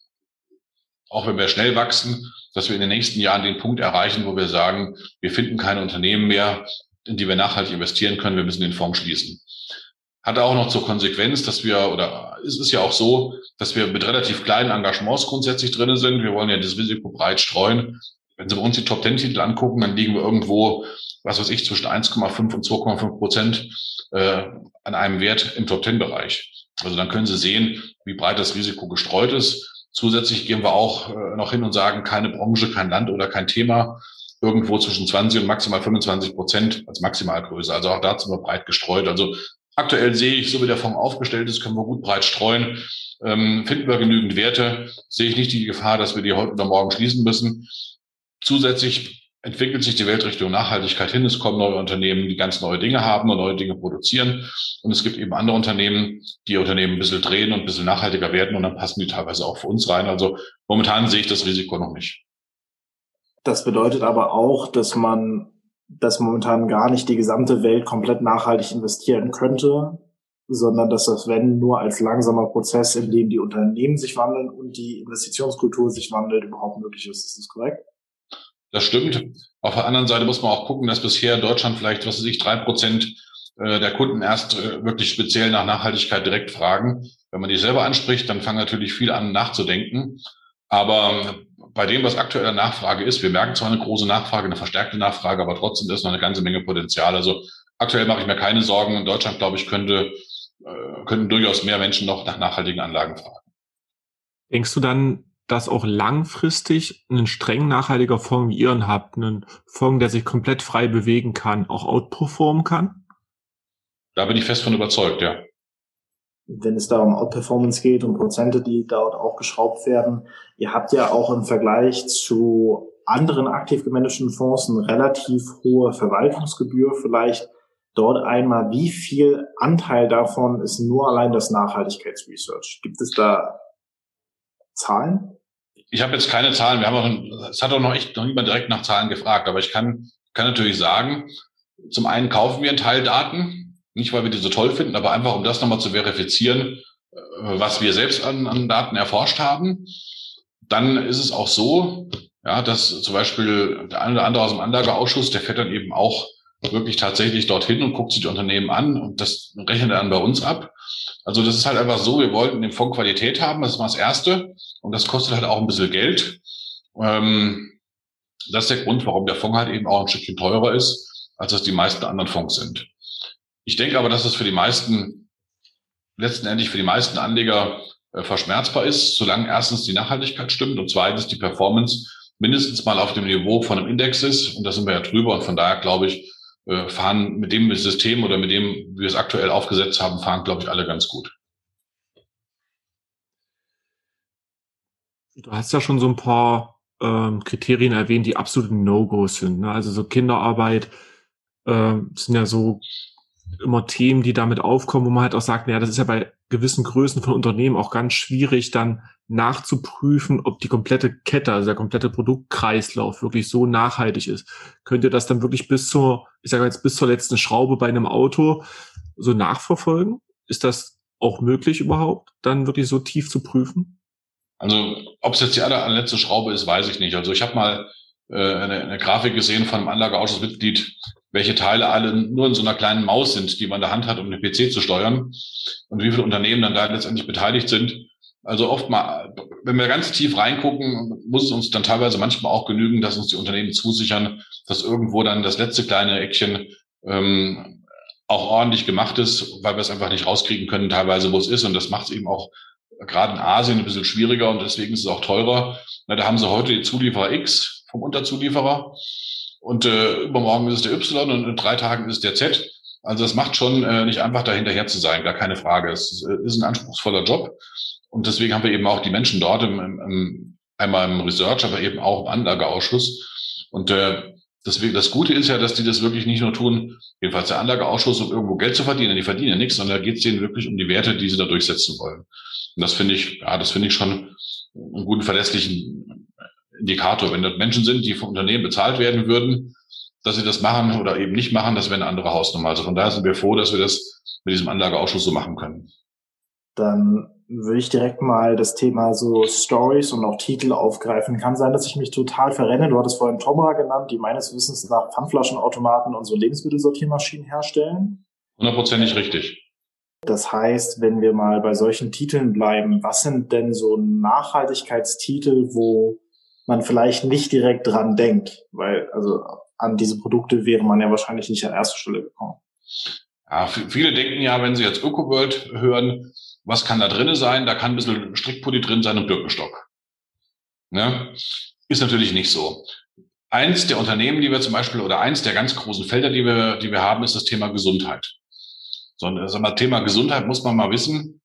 auch wenn wir schnell wachsen, dass wir in den nächsten Jahren den Punkt erreichen, wo wir sagen, wir finden keine Unternehmen mehr, in die wir nachhaltig investieren können, wir müssen den Fonds schließen. Hat auch noch zur Konsequenz, dass wir, oder es ist ja auch so, dass wir mit relativ kleinen Engagements grundsätzlich drin sind. Wir wollen ja das Risiko breit streuen. Wenn Sie bei uns die Top Ten Titel angucken, dann liegen wir irgendwo, was weiß ich, zwischen eins Komma fünf und zwei Komma fünf Prozent äh, an einem Wert im Top Ten Bereich. Also dann können Sie sehen, wie breit das Risiko gestreut ist. Zusätzlich gehen wir auch äh, noch hin und sagen, keine Branche, kein Land oder kein Thema, irgendwo zwischen zwanzig und maximal fünfundzwanzig Prozent als Maximalgröße. Also auch dazu sind wir breit gestreut. Also aktuell sehe ich, so wie der Fonds aufgestellt ist, können wir gut breit streuen. Ähm, finden wir genügend Werte, sehe ich nicht die Gefahr, dass wir die heute oder morgen schließen müssen. Zusätzlich entwickelt sich die Welt Richtung Nachhaltigkeit hin. Es kommen neue Unternehmen, die ganz neue Dinge haben und neue Dinge produzieren. Und es gibt eben andere Unternehmen, die Unternehmen ein bisschen drehen und ein bisschen nachhaltiger werden. Und dann passen die teilweise auch für uns rein. Also momentan sehe ich das Risiko noch nicht. Das bedeutet aber auch, dass man, dass momentan gar nicht die gesamte Welt komplett nachhaltig investieren könnte, sondern dass das, wenn, nur als langsamer Prozess, in dem die Unternehmen sich wandeln und die Investitionskultur sich wandelt, überhaupt möglich ist. Ist das korrekt? Das stimmt. Auf der anderen Seite muss man auch gucken, dass bisher in Deutschland vielleicht, was weiß ich, drei Prozent der Kunden erst wirklich speziell nach Nachhaltigkeit direkt fragen. Wenn man die selber anspricht, dann fangen natürlich viele an nachzudenken. Aber bei dem, was aktuell an Nachfrage ist, wir merken zwar eine große Nachfrage, eine verstärkte Nachfrage, aber trotzdem ist noch eine ganze Menge Potenzial. Also aktuell mache ich mir keine Sorgen. In Deutschland, glaube ich, könnte, äh, könnten durchaus mehr Menschen noch nach nachhaltigen Anlagen fragen. Denkst du dann, dass auch langfristig ein streng nachhaltiger Fonds wie ihr habt, einen Fonds, der sich komplett frei bewegen kann, auch outperformen kann? Da bin ich fest von überzeugt, ja. Wenn es da um Outperformance geht und Prozente, die dort auch geschraubt werden. Ihr habt ja auch im Vergleich zu anderen aktiv gemanagten Fonds eine relativ hohe Verwaltungsgebühr. Vielleicht dort einmal, wie viel Anteil davon ist nur allein das Nachhaltigkeitsresearch? Gibt es da Zahlen? Ich habe jetzt keine Zahlen. Wir haben auch, es hat auch noch echt noch niemand direkt nach Zahlen gefragt. Aber ich kann, kann natürlich sagen, zum einen kaufen wir einen Teil Daten. Nicht, weil wir die so toll finden, aber einfach, um das nochmal zu verifizieren, was wir selbst an, an Daten erforscht haben. Dann ist es auch so, ja, dass zum Beispiel der eine oder andere aus dem Anlageausschuss, der fährt dann eben auch wirklich tatsächlich dorthin und guckt sich die Unternehmen an und das rechnet er dann bei uns ab. Also das ist halt einfach so, wir wollten den Fonds Qualität haben, das ist mal das Erste und das kostet halt auch ein bisschen Geld. Ähm, das ist der Grund, warum der Fonds halt eben auch ein Stückchen teurer ist, als das die meisten anderen Fonds sind. Ich denke aber, dass es für die meisten, letztendlich für die meisten Anleger äh, verschmerzbar ist, solange erstens die Nachhaltigkeit stimmt und zweitens die Performance mindestens mal auf dem Niveau von einem Index ist. Und da sind wir ja drüber. Und von daher, glaube ich, äh, fahren mit dem System oder mit dem, wie wir es aktuell aufgesetzt haben, fahren, glaube ich, alle ganz gut. Du hast ja schon so ein paar ähm, Kriterien erwähnt, die absolute No-Gos sind. Ne? Also so Kinderarbeit äh, sind ja so immer Themen, die damit aufkommen, wo man halt auch sagt, naja, das ist ja bei gewissen Größen von Unternehmen auch ganz schwierig, dann nachzuprüfen, ob die komplette Kette, also der komplette Produktkreislauf wirklich so nachhaltig ist. Könnt ihr das dann wirklich bis zur, ich sage jetzt bis zur letzten Schraube bei einem Auto so nachverfolgen? Ist das auch möglich überhaupt, dann wirklich so tief zu prüfen? Also ob es jetzt die allerletzte Schraube ist, weiß ich nicht. Also ich habe mal äh, eine, eine Grafik gesehen von einem Anlageausschussmitglied, welche Teile alle nur in so einer kleinen Maus sind, die man in der Hand hat, um den P C zu steuern und wie viele Unternehmen dann da letztendlich beteiligt sind. Also oft mal, wenn wir ganz tief reingucken, muss es uns dann teilweise manchmal auch genügen, dass uns die Unternehmen zusichern, dass irgendwo dann das letzte kleine Eckchen ähm, auch ordentlich gemacht ist, weil wir es einfach nicht rauskriegen können, teilweise wo es ist. Und das macht es eben auch gerade in Asien ein bisschen schwieriger und deswegen ist es auch teurer. Na, da haben sie heute die Zulieferer X vom Unterzulieferer. Und äh, übermorgen ist es der Y und in drei Tagen ist es der Z. Also es macht schon äh, nicht einfach, da hinterher zu sein, gar keine Frage. Es ist ein anspruchsvoller Job. Und deswegen haben wir eben auch die Menschen dort, im, im, einmal im Research, aber eben auch im Anlageausschuss. Und äh, deswegen, das Gute ist ja, dass die das wirklich nicht nur tun, jedenfalls der Anlageausschuss, um irgendwo Geld zu verdienen. Die verdienen ja nichts, sondern da geht es denen wirklich um die Werte, die sie da durchsetzen wollen. Und das finde ich, ja, das finde ich schon einen guten, verlässlichen Indikator. Wenn das Menschen sind, die vom Unternehmen bezahlt werden würden, dass sie das machen oder eben nicht machen, das wäre eine andere Hausnummer. Also von daher sind wir froh, dass wir das mit diesem Anlageausschuss so machen können. Dann würde ich direkt mal das Thema so Stories und auch Titel aufgreifen. Kann sein, dass ich mich total verrenne. Du hattest vorhin Tomra genannt, die meines Wissens nach Pfandflaschenautomaten und so Lebensmittelsortiermaschinen herstellen. Hundertprozentig richtig. Das heißt, wenn wir mal bei solchen Titeln bleiben, was sind denn so Nachhaltigkeitstitel, wo man vielleicht nicht direkt dran denkt? Weil, also an diese Produkte wäre man ja wahrscheinlich nicht an erster Stelle gekommen. Ja, viele denken ja, wenn sie jetzt ÖkoWorld hören, was kann da drin sein? Da kann ein bisschen Strickpulli drin sein und Birkenstock. Ne? Ist natürlich nicht so. Eins der Unternehmen, die wir zum Beispiel, oder eins der ganz großen Felder, die wir, die wir haben, ist das Thema Gesundheit. So, also das Thema Gesundheit muss man mal wissen.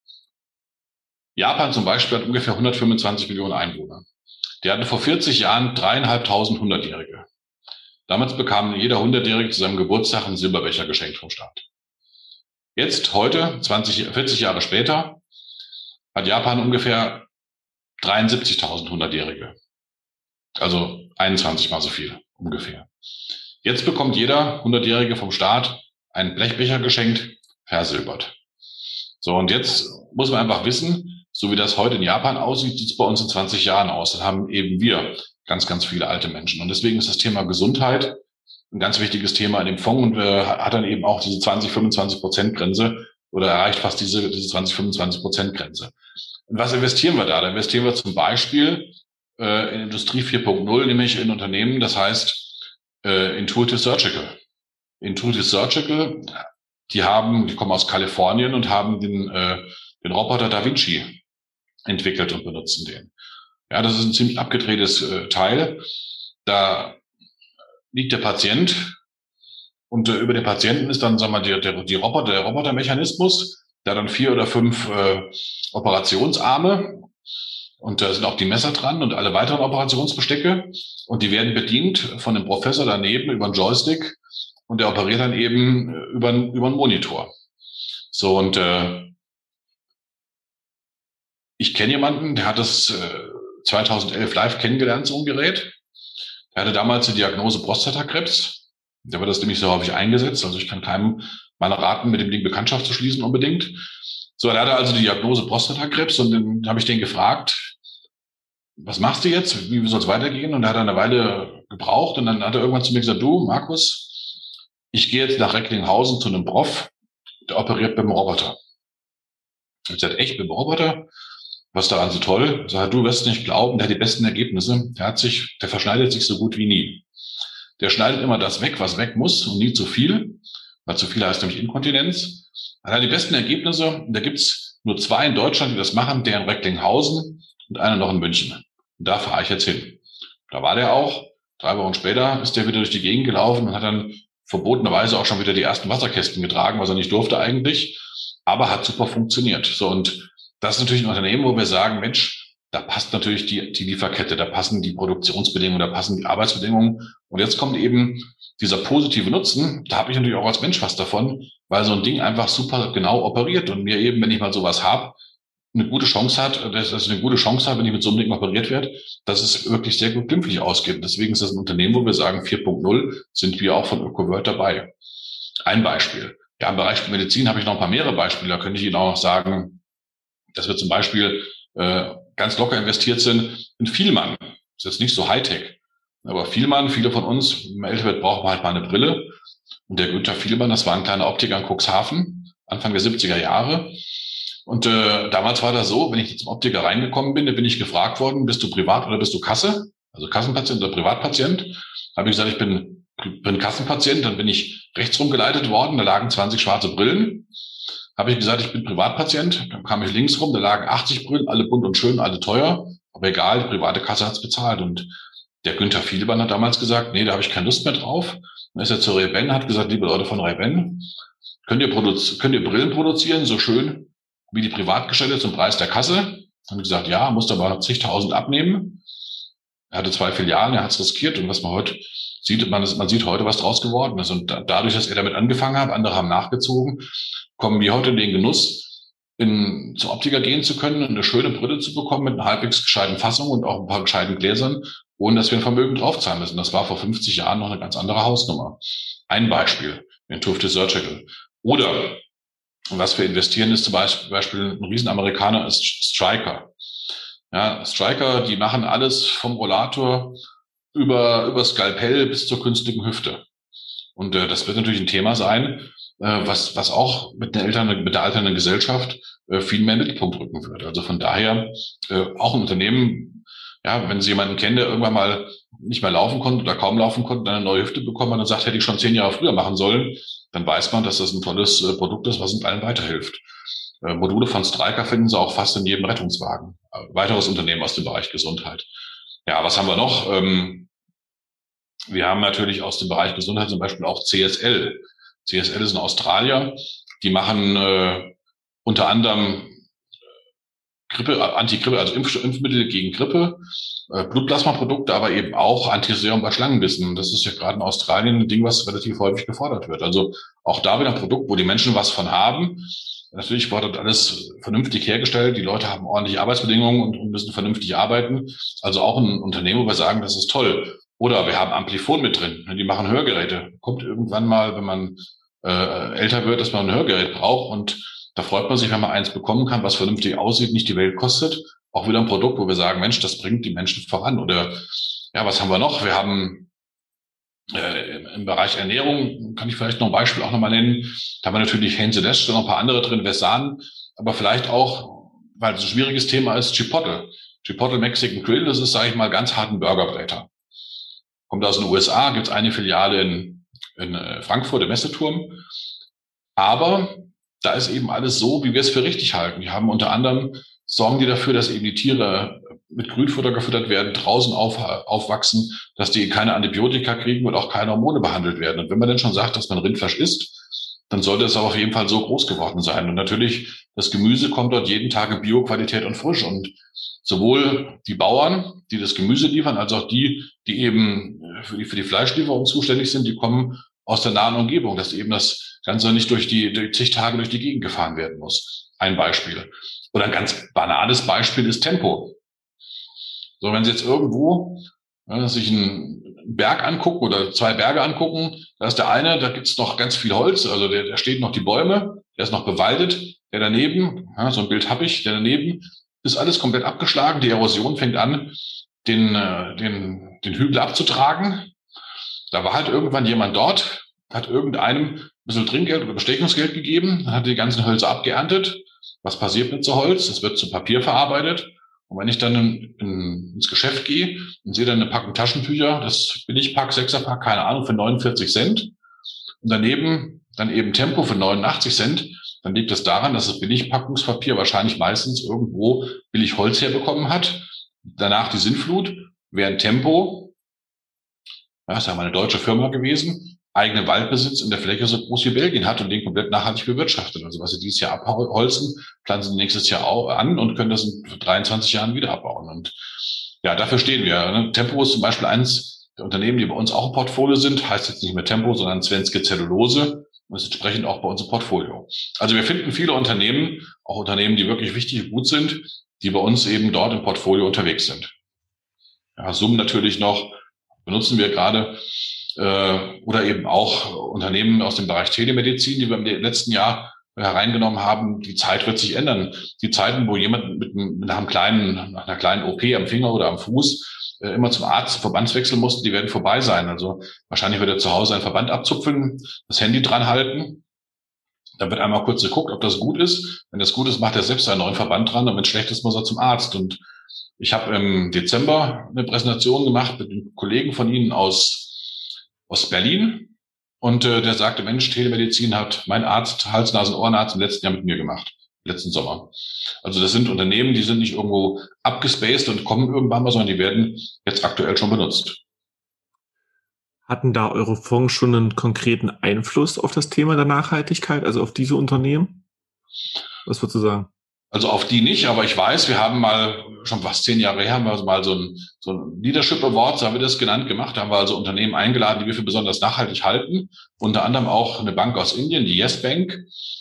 Japan zum Beispiel hat ungefähr hundertfünfundzwanzig Millionen Einwohner. Die hatten vor vierzig Jahren dreieinhalbtausend Hundertjährige. Damals bekam jeder Hundertjährige zu seinem Geburtstag einen Silberbecher geschenkt vom Staat. Jetzt, heute, zwanzig, vierzig Jahre später, hat Japan ungefähr dreiundsiebzigtausend Hundertjährige. Also einundzwanzig mal so viel, ungefähr. Jetzt bekommt jeder Hundertjährige vom Staat einen Blechbecher geschenkt, versilbert. So, und jetzt muss man einfach wissen, so wie das heute in Japan aussieht, sieht es bei uns in zwanzig Jahren aus. Dann haben eben wir ganz, ganz viele alte Menschen. Und deswegen ist das Thema Gesundheit ein ganz wichtiges Thema in dem Fonds und äh, hat dann eben auch diese zwanzig, fünfundzwanzig Prozent Grenze oder erreicht fast diese, diese zwanzig, fünfundzwanzig Prozent Grenze. Und was investieren wir da? Da investieren wir zum Beispiel äh, in Industrie vier Punkt null, nämlich in Unternehmen, das heißt äh, Intuitive Surgical. Intuitive Surgical, die haben, die kommen aus Kalifornien und haben den, äh, den Roboter Da Vinci entwickelt und benutzen den. Ja, das ist ein ziemlich abgedrehtes äh, Teil. Da liegt der Patient und äh, über den Patienten ist dann, sagen wir, der, der, die Roboter, der Robotermechanismus, der hat dann vier oder fünf äh, Operationsarme und da sind auch die Messer dran und alle weiteren Operationsbestecke und die werden bedient von dem Professor daneben über einen Joystick und der operiert dann eben über, über einen Monitor. So, und äh, ich kenne jemanden, der hat das äh, zweitausendelf live kennengelernt, so ein Gerät. Er hatte damals die Diagnose Prostatakrebs. Der wird das nämlich so häufig eingesetzt. Also ich kann keinem mal raten, mit dem Ding Bekanntschaft zu schließen unbedingt. So, er hatte also die Diagnose Prostatakrebs und dann habe ich den gefragt, was machst du jetzt? Wie soll es weitergehen? Und er hat eine Weile gebraucht und dann hat er irgendwann zu mir gesagt, du, Markus, ich gehe jetzt nach Recklinghausen zu einem Prof, der operiert mit dem Roboter. Ich habe gesagt, echt, mit dem Roboter? Was daran so toll? Ich sage, du wirst nicht glauben, der hat die besten Ergebnisse. Der hat sich, der verschneidet sich so gut wie nie. Der schneidet immer das weg, was weg muss und nie zu viel, weil zu viel heißt nämlich Inkontinenz. Er hat die besten Ergebnisse. Da gibt's nur zwei in Deutschland, die das machen, der in Recklinghausen und einer noch in München. Und da fahre ich jetzt hin. Da war der auch. Drei Wochen später ist der wieder durch die Gegend gelaufen und hat dann verbotenerweise auch schon wieder die ersten Wasserkästen getragen, was er nicht durfte eigentlich, aber hat super funktioniert. So, und das ist natürlich ein Unternehmen, wo wir sagen, Mensch, da passt natürlich die, die Lieferkette, da passen die Produktionsbedingungen, da passen die Arbeitsbedingungen. Und jetzt kommt eben dieser positive Nutzen. Da habe ich natürlich auch als Mensch was davon, weil so ein Ding einfach super genau operiert und mir eben, wenn ich mal sowas habe, eine gute Chance hat, dass es eine gute Chance hat, wenn ich mit so einem Ding operiert werde, dass es wirklich sehr gut glimpflich ausgeht. Deswegen ist das ein Unternehmen, wo wir sagen, vier Punkt null sind wir auch von ÖkoWorld dabei. Ein Beispiel. Ja, im Bereich Medizin habe ich noch ein paar mehrere Beispiele. Da könnte ich Ihnen auch noch sagen, dass wir zum Beispiel äh, ganz locker investiert sind in Vielmann. Das ist jetzt nicht so Hightech, aber Vielmann, viele von uns, wenn man älter wird, braucht man halt mal eine Brille. Und der Günther Vielmann, das war ein kleiner Optiker in Cuxhaven, Anfang der siebziger Jahre. Und äh, damals war das so, wenn ich zum Optiker reingekommen bin, dann bin ich gefragt worden, bist du privat oder bist du Kasse? Also Kassenpatient oder Privatpatient. Habe ich gesagt, ich bin, bin Kassenpatient. Dann bin ich rechts rumgeleitet worden, da lagen zwanzig schwarze Brillen. Habe ich gesagt, ich bin Privatpatient. Dann kam ich links rum, da lagen achtzig Brillen, alle bunt und schön, alle teuer. Aber egal, die private Kasse hat's bezahlt. Und der Günther Vielmann hat damals gesagt, nee, da habe ich keine Lust mehr drauf. Dann ist er zu Ray-Ban, hat gesagt, liebe Leute von Ray-Ban, könnt ihr, produzi- könnt ihr Brillen produzieren, so schön wie die Privatgestelle zum Preis der Kasse? Haben gesagt, ja, musste aber zigtausend abnehmen. Er hatte zwei Filialen, er hat es riskiert. Und was man heute sieht, man, man sieht heute, was draus geworden ist. Und da, dadurch, dass er damit angefangen hat, andere haben nachgezogen, kommen wir heute in den Genuss, in, zum Optiker gehen zu können, eine schöne Brille zu bekommen mit einer halbwegs gescheiten Fassung und auch ein paar gescheiten Gläsern, ohne dass wir ein Vermögen draufzahlen müssen. Das war vor fünfzig Jahren noch eine ganz andere Hausnummer. Ein Beispiel, Intuitive Surgical. Oder was wir investieren, ist zum Beispiel ein Riesenamerikaner ist Stryker. Ja, Stryker, die machen alles vom Rollator über, über Skalpell bis zur künstlichen Hüfte. Und äh, das wird natürlich ein Thema sein, äh, was, was auch mit der Eltern, mit der alternden Gesellschaft äh, viel mehr in den Mittelpunkt rücken wird. Also von daher äh, auch ein Unternehmen, ja, wenn Sie jemanden kennen, der irgendwann mal nicht mehr laufen konnte oder kaum laufen konnte, dann eine neue Hüfte bekommen hat und sagt, hätte ich schon zehn Jahre früher machen sollen, dann weiß man, dass das ein tolles äh, Produkt ist, was uns allen weiterhilft. Äh, Module von Stryker finden Sie auch fast in jedem Rettungswagen. Äh, weiteres Unternehmen aus dem Bereich Gesundheit. Ja, was haben wir noch? Ähm, wir haben natürlich aus dem Bereich Gesundheit zum Beispiel auch C S L. C S L ist ein Australier. Die machen äh, unter anderem Grippe, Antigrippe, also Impf Impfmittel gegen Grippe, äh, Blutplasmaprodukte, aber eben auch Antiserum bei Schlangenbissen. Das ist ja gerade in Australien ein Ding, was relativ häufig gefordert wird. Also auch da wieder ein Produkt, wo die Menschen was von haben. Natürlich wird dort alles vernünftig hergestellt. Die Leute haben ordentliche Arbeitsbedingungen und, und müssen vernünftig arbeiten. Also auch ein Unternehmen, wo wir sagen, das ist toll. Oder wir haben Amplifon mit drin. Die machen Hörgeräte. Kommt irgendwann mal, wenn man äh, älter wird, dass man ein Hörgerät braucht. Und da freut man sich, wenn man eins bekommen kann, was vernünftig aussieht, nicht die Welt kostet. Auch wieder ein Produkt, wo wir sagen, Mensch, das bringt die Menschen voran. Oder ja, was haben wir noch? Wir haben äh, im Bereich Ernährung, kann ich vielleicht noch ein Beispiel auch nochmal nennen. Da haben wir natürlich Heinz Desch, noch ein paar andere drin, Versan, aber vielleicht auch, weil es ein schwieriges Thema ist, Chipotle. Chipotle Mexican Grill, das ist, sage ich mal, ganz harten Burgerbräter. Kommt aus den U S A, gibt es eine Filiale in, in Frankfurt, im Messeturm. Aber da ist eben alles so, wie wir es für richtig halten. Die haben unter anderem, sorgen die dafür, dass eben die Tiere mit Grünfutter gefüttert werden, draußen auf, aufwachsen, dass die keine Antibiotika kriegen und auch keine Hormone behandelt werden. Und wenn man dann schon sagt, dass man Rindfleisch isst, dann sollte es auch auf jeden Fall so groß geworden sein. Und natürlich, das Gemüse kommt dort jeden Tag in Bio-Qualität und frisch. Und sowohl die Bauern, die das Gemüse liefern, als auch die, die eben für die, für die Fleischlieferung zuständig sind, die kommen aus der nahen Umgebung, dass eben das Ganze nicht durch die, durch zig Tage durch die Gegend gefahren werden muss. Ein Beispiel. Oder ein ganz banales Beispiel ist Tempo. So, wenn Sie jetzt irgendwo ja, sich einen Berg angucken oder zwei Berge angucken, da ist der eine, da gibt's noch ganz viel Holz, also der, da stehen noch die Bäume, der ist noch bewaldet, der daneben, ja, so ein Bild habe ich, der daneben ist alles komplett abgeschlagen, die Erosion fängt an, den, den, den Hügel abzutragen. Da war halt irgendwann jemand dort, hat irgendeinem ein bisschen Trinkgeld oder Bestechungsgeld gegeben, hat die ganzen Hölzer abgeerntet. Was passiert mit so Holz? Es wird zu Papier verarbeitet. Und wenn ich dann in, in, ins Geschäft gehe und sehe dann eine Packung Taschentücher, das Billigpack, Sechserpack, keine Ahnung, für neunundvierzig Cent und daneben dann eben Tempo für neunundachtzig Cent, dann liegt es daran, dass das Billigpackungspapier wahrscheinlich meistens irgendwo billig Holz herbekommen hat. Danach die Sintflut, während Tempo, ja, ist ja mal eine deutsche Firma gewesen, eigenen Waldbesitz in der Fläche so groß wie Belgien hat und den komplett nachhaltig bewirtschaftet. Also was sie dieses Jahr abholzen, pflanzen sie nächstes Jahr auch an und können das in dreiundzwanzig Jahren wieder abbauen. Und ja, dafür stehen wir. Tempo ist zum Beispiel eins der Unternehmen, die bei uns auch im Portfolio sind. Heißt jetzt nicht mehr Tempo, sondern Svenske Cellulose. Und ist entsprechend auch bei uns im Portfolio. Also wir finden viele Unternehmen, auch Unternehmen, die wirklich wichtig und gut sind, die bei uns eben dort im Portfolio unterwegs sind. Ja, Zoom natürlich noch, benutzen wir gerade, äh, oder eben auch Unternehmen aus dem Bereich Telemedizin, die wir im letzten Jahr hereingenommen haben. Die Zeit wird sich ändern. Die Zeiten, wo jemand mit, mit einem kleinen, nach einer kleinen O P am Finger oder am Fuß äh, immer zum Arzt, zum Verband wechseln musste, die werden vorbei sein. Also wahrscheinlich wird er zu Hause einen Verband abzupfen, das Handy dran halten. Dann wird einmal kurz geguckt, ob das gut ist. Wenn das gut ist, macht er selbst einen neuen Verband dran. Und wenn es schlecht ist, muss er zum Arzt. Und ich habe im Dezember eine Präsentation gemacht mit einem Kollegen von Ihnen aus, aus Berlin. Und äh, der sagte, Mensch, Telemedizin hat mein Arzt, Hals-, Nasen-, Ohrenarzt im letzten Jahr mit mir gemacht, letzten Sommer. Also das sind Unternehmen, die sind nicht irgendwo abgespaced und kommen irgendwann mal, sondern die werden jetzt aktuell schon benutzt. Hatten da eure Fonds schon einen konkreten Einfluss auf das Thema der Nachhaltigkeit, also auf diese Unternehmen? Was würdest du sagen? Also auf die nicht, aber ich weiß, wir haben mal, schon fast zehn Jahre her, haben wir mal so ein, so ein Leadership Award, so haben wir das genannt, gemacht. Da haben wir also Unternehmen eingeladen, die wir für besonders nachhaltig halten. Unter anderem auch eine Bank aus Indien, die Yes Bank,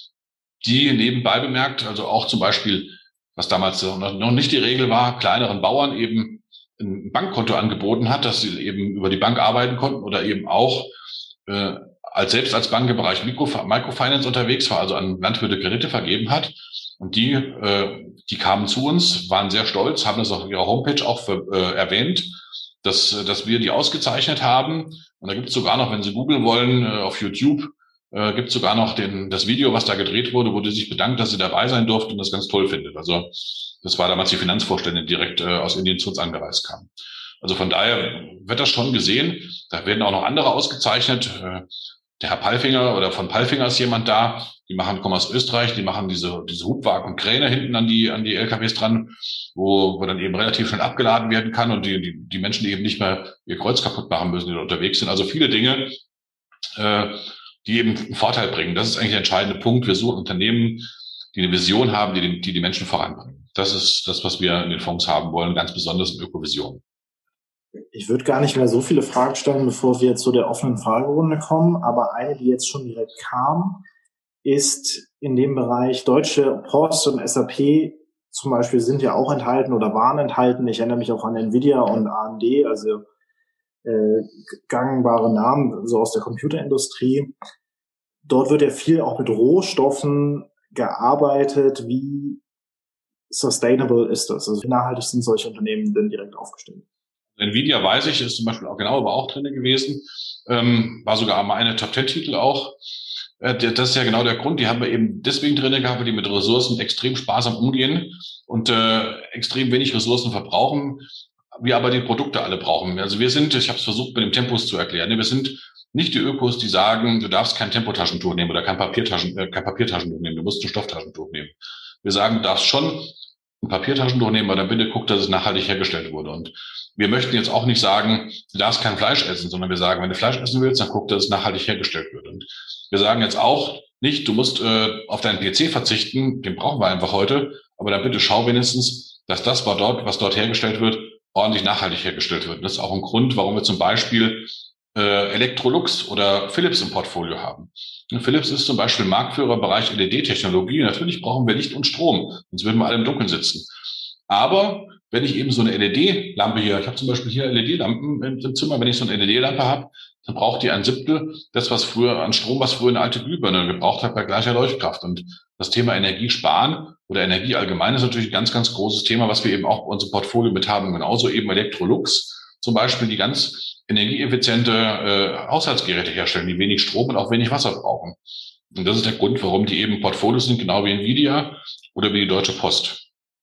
die nebenbei bemerkt, also auch zum Beispiel, was damals noch nicht die Regel war, kleineren Bauern eben ein Bankkonto angeboten hat, dass sie eben über die Bank arbeiten konnten oder eben auch äh, als selbst als Bank im Bereich Mikro, Microfinance unterwegs war, also an Landwirte Kredite vergeben hat. Und die, äh, die kamen zu uns, waren sehr stolz, haben das auf ihrer Homepage auch für, äh, erwähnt, dass, dass wir die ausgezeichnet haben. Und da gibt es sogar noch, wenn Sie googeln wollen, äh, auf YouTube, äh, gibt es sogar noch den, das Video, was da gedreht wurde, wo die sich bedankt, dass sie dabei sein durfte und das ganz toll findet. Also das war damals die Finanzvorständin, die direkt äh, aus Indien zu uns angereist kam. Also von daher wird das schon gesehen. Da werden auch noch andere ausgezeichnet. Äh, Der Herr Palfinger oder von Palfinger ist jemand da, die machen, kommen aus Österreich, die machen diese, diese Hubwagen und Kräne hinten an die, an die L K Ws dran, wo, wo dann eben relativ schnell abgeladen werden kann und die, die, die Menschen eben nicht mehr ihr Kreuz kaputt machen müssen, die da unterwegs sind. Also viele Dinge, äh, die eben einen Vorteil bringen. Das ist eigentlich der entscheidende Punkt. Wir suchen Unternehmen, die eine Vision haben, die die, die Menschen voranbringen. Das ist das, was wir in den Fonds haben wollen, ganz besonders in Ökovision. Ich würde gar nicht mehr so viele Fragen stellen, bevor wir zu der offenen Fragerunde kommen. Aber eine, die jetzt schon direkt kam, ist in dem Bereich Deutsche Post und S A P zum Beispiel sind ja auch enthalten oder waren enthalten. Ich erinnere mich auch an Nvidia und A M D, also äh, gangbare Namen so aus der Computerindustrie. Dort wird ja viel auch mit Rohstoffen gearbeitet. Wie sustainable ist das? Also wie nachhaltig sind solche Unternehmen denn direkt aufgestellt? Nvidia, weiß ich, ist zum Beispiel auch genau, aber auch drin gewesen, ähm, war sogar meine Top Ten Titel auch. äh, das ist ja genau der Grund. Die haben wir eben deswegen drin gehabt, weil die mit Ressourcen extrem sparsam umgehen und äh, extrem wenig Ressourcen verbrauchen, wir aber die Produkte alle brauchen. Also wir sind, ich habe es versucht mit dem Tempus zu erklären, wir sind nicht die Ökos, die sagen, du darfst kein Tempotaschentuch nehmen oder kein Papiertaschen, äh, kein Papiertaschentuch nehmen, du musst ein Stofftaschentuch nehmen. Wir sagen, du darfst schon ein Papiertaschentuch nehmen, aber dann bitte guck, dass es nachhaltig hergestellt wurde. Und wir möchten jetzt auch nicht sagen, du darfst kein Fleisch essen, sondern wir sagen, wenn du Fleisch essen willst, dann guck, dass es nachhaltig hergestellt wird. Und wir sagen jetzt auch nicht, du musst äh, auf deinen P C verzichten, den brauchen wir einfach heute, aber dann bitte schau wenigstens, dass das, was dort, was dort hergestellt wird, ordentlich nachhaltig hergestellt wird. Und das ist auch ein Grund, warum wir zum Beispiel äh, Electrolux oder Philips im Portfolio haben. Und Philips ist zum Beispiel Marktführer im Bereich L E D-Technologie. Natürlich brauchen wir Licht und Strom, sonst würden wir alle im Dunkeln sitzen. Aber wenn ich eben so eine L E D-Lampe hier, ich habe zum Beispiel hier L E D-Lampen im Zimmer, wenn ich so eine L E D-Lampe habe, dann braucht die ein Siebtel das, was früher an Strom, was früher eine alte Glühbirne gebraucht hat bei gleicher Leuchtkraft. Und das Thema Energiesparen oder Energie allgemein ist natürlich ein ganz, ganz großes Thema, was wir eben auch bei unserem Portfolio mit haben. Genauso eben Electrolux zum Beispiel, die ganz energieeffiziente äh, Haushaltsgeräte herstellen, die wenig Strom und auch wenig Wasser brauchen. Und das ist der Grund, warum die eben Portfolios sind, genau wie Nvidia oder wie die Deutsche Post.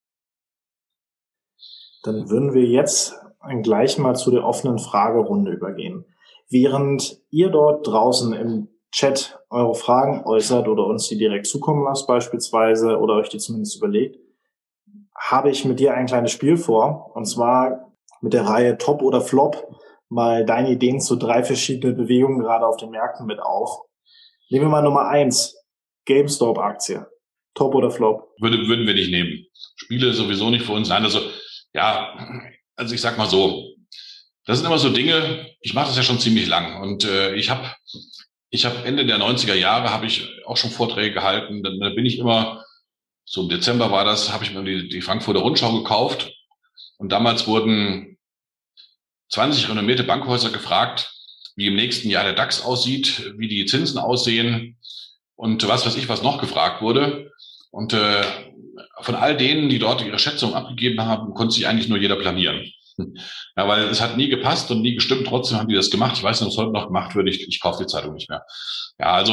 Dann würden wir jetzt gleich mal zu der offenen Fragerunde übergehen. Während ihr dort draußen im Chat eure Fragen äußert oder uns die direkt zukommen lasst beispielsweise oder euch die zumindest überlegt, habe ich mit dir ein kleines Spiel vor, und zwar mit der Reihe Top oder Flop mal deine Ideen zu drei verschiedenen Bewegungen gerade auf den Märkten mit auf. Nehmen wir mal Nummer eins, GameStop-Aktie. Top oder Flop? Würde, würden wir nicht nehmen. Spiele sowieso nicht für uns. Nein, also ja, also ich sag mal so, das sind immer so Dinge, ich mache das ja schon ziemlich lang und äh, ich habe ich hab Ende der neunziger Jahre habe ich auch schon Vorträge gehalten, dann, dann bin ich immer, so im Dezember war das, habe ich mir die, die Frankfurter Rundschau gekauft und damals wurden zwanzig renommierte Bankhäuser gefragt, wie im nächsten Jahr der DAX aussieht, wie die Zinsen aussehen und was weiß ich, was noch gefragt wurde. Und äh, von all denen, die dort ihre Schätzung abgegeben haben, konnte sich eigentlich nur jeder blamieren. Ja, weil es hat nie gepasst und nie gestimmt. Trotzdem haben die das gemacht. Ich weiß nicht, ob es heute noch gemacht wird. Ich, ich kaufe die Zeitung nicht mehr. Ja, also,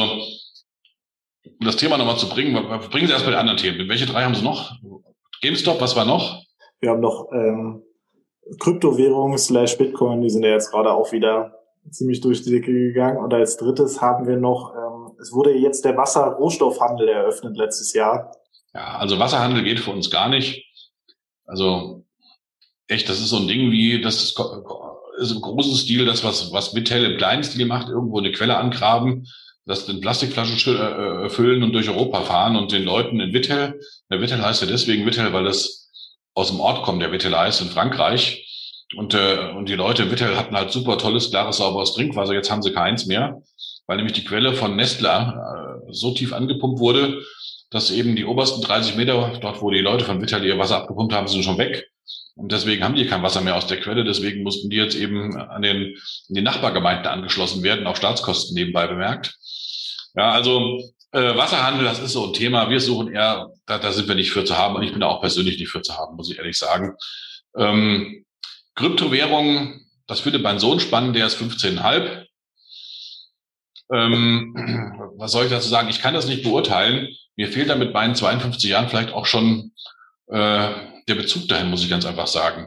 um das Thema nochmal zu bringen, bringen Sie erst mal die anderen Themen. Welche drei haben Sie noch? GameStop, was war noch? Wir haben noch ähm, Kryptowährungen slash Bitcoin. Die sind ja jetzt gerade auch wieder ziemlich durch die Decke gegangen. Und als drittes haben wir noch, ähm, es wurde jetzt der Wasser-Rohstoffhandel eröffnet letztes Jahr. Ja, also Wasserhandel geht für uns gar nicht. Also echt, das ist so ein Ding wie, das ist, ist im großen Stil das, was was Vittel im kleinen Stil macht, irgendwo eine Quelle angraben, das in Plastikflaschen äh, füllen und durch Europa fahren und den Leuten in Vittel, der Vittel heißt ja deswegen Vittel, weil das aus dem Ort kommt, der Vittel heißt in Frankreich. Und äh, und die Leute in Vittel hatten halt super tolles, klares, sauberes Trinkwasser, jetzt haben sie keins mehr, weil nämlich die Quelle von Nestle äh, so tief angepumpt wurde, dass eben die obersten dreißig Meter, dort wo die Leute von Vittel ihr Wasser abgepumpt haben, sind schon weg. Und deswegen haben die kein Wasser mehr aus der Quelle. Deswegen mussten die jetzt eben an den, an die Nachbargemeinden angeschlossen werden, auf Staatskosten nebenbei bemerkt. Ja, also äh, Wasserhandel, das ist so ein Thema. Wir suchen eher, da, da sind wir nicht für zu haben. Und ich bin da auch persönlich nicht für zu haben, muss ich ehrlich sagen. Ähm, Kryptowährungen, das würde mein Sohn spannen, der ist fünfzehn Komma fünf. Ähm, was soll ich dazu sagen? Ich kann das nicht beurteilen. Mir fehlt da mit meinen zweiundfünfzig Jahren vielleicht auch schon äh, der Bezug dahin, muss ich ganz einfach sagen.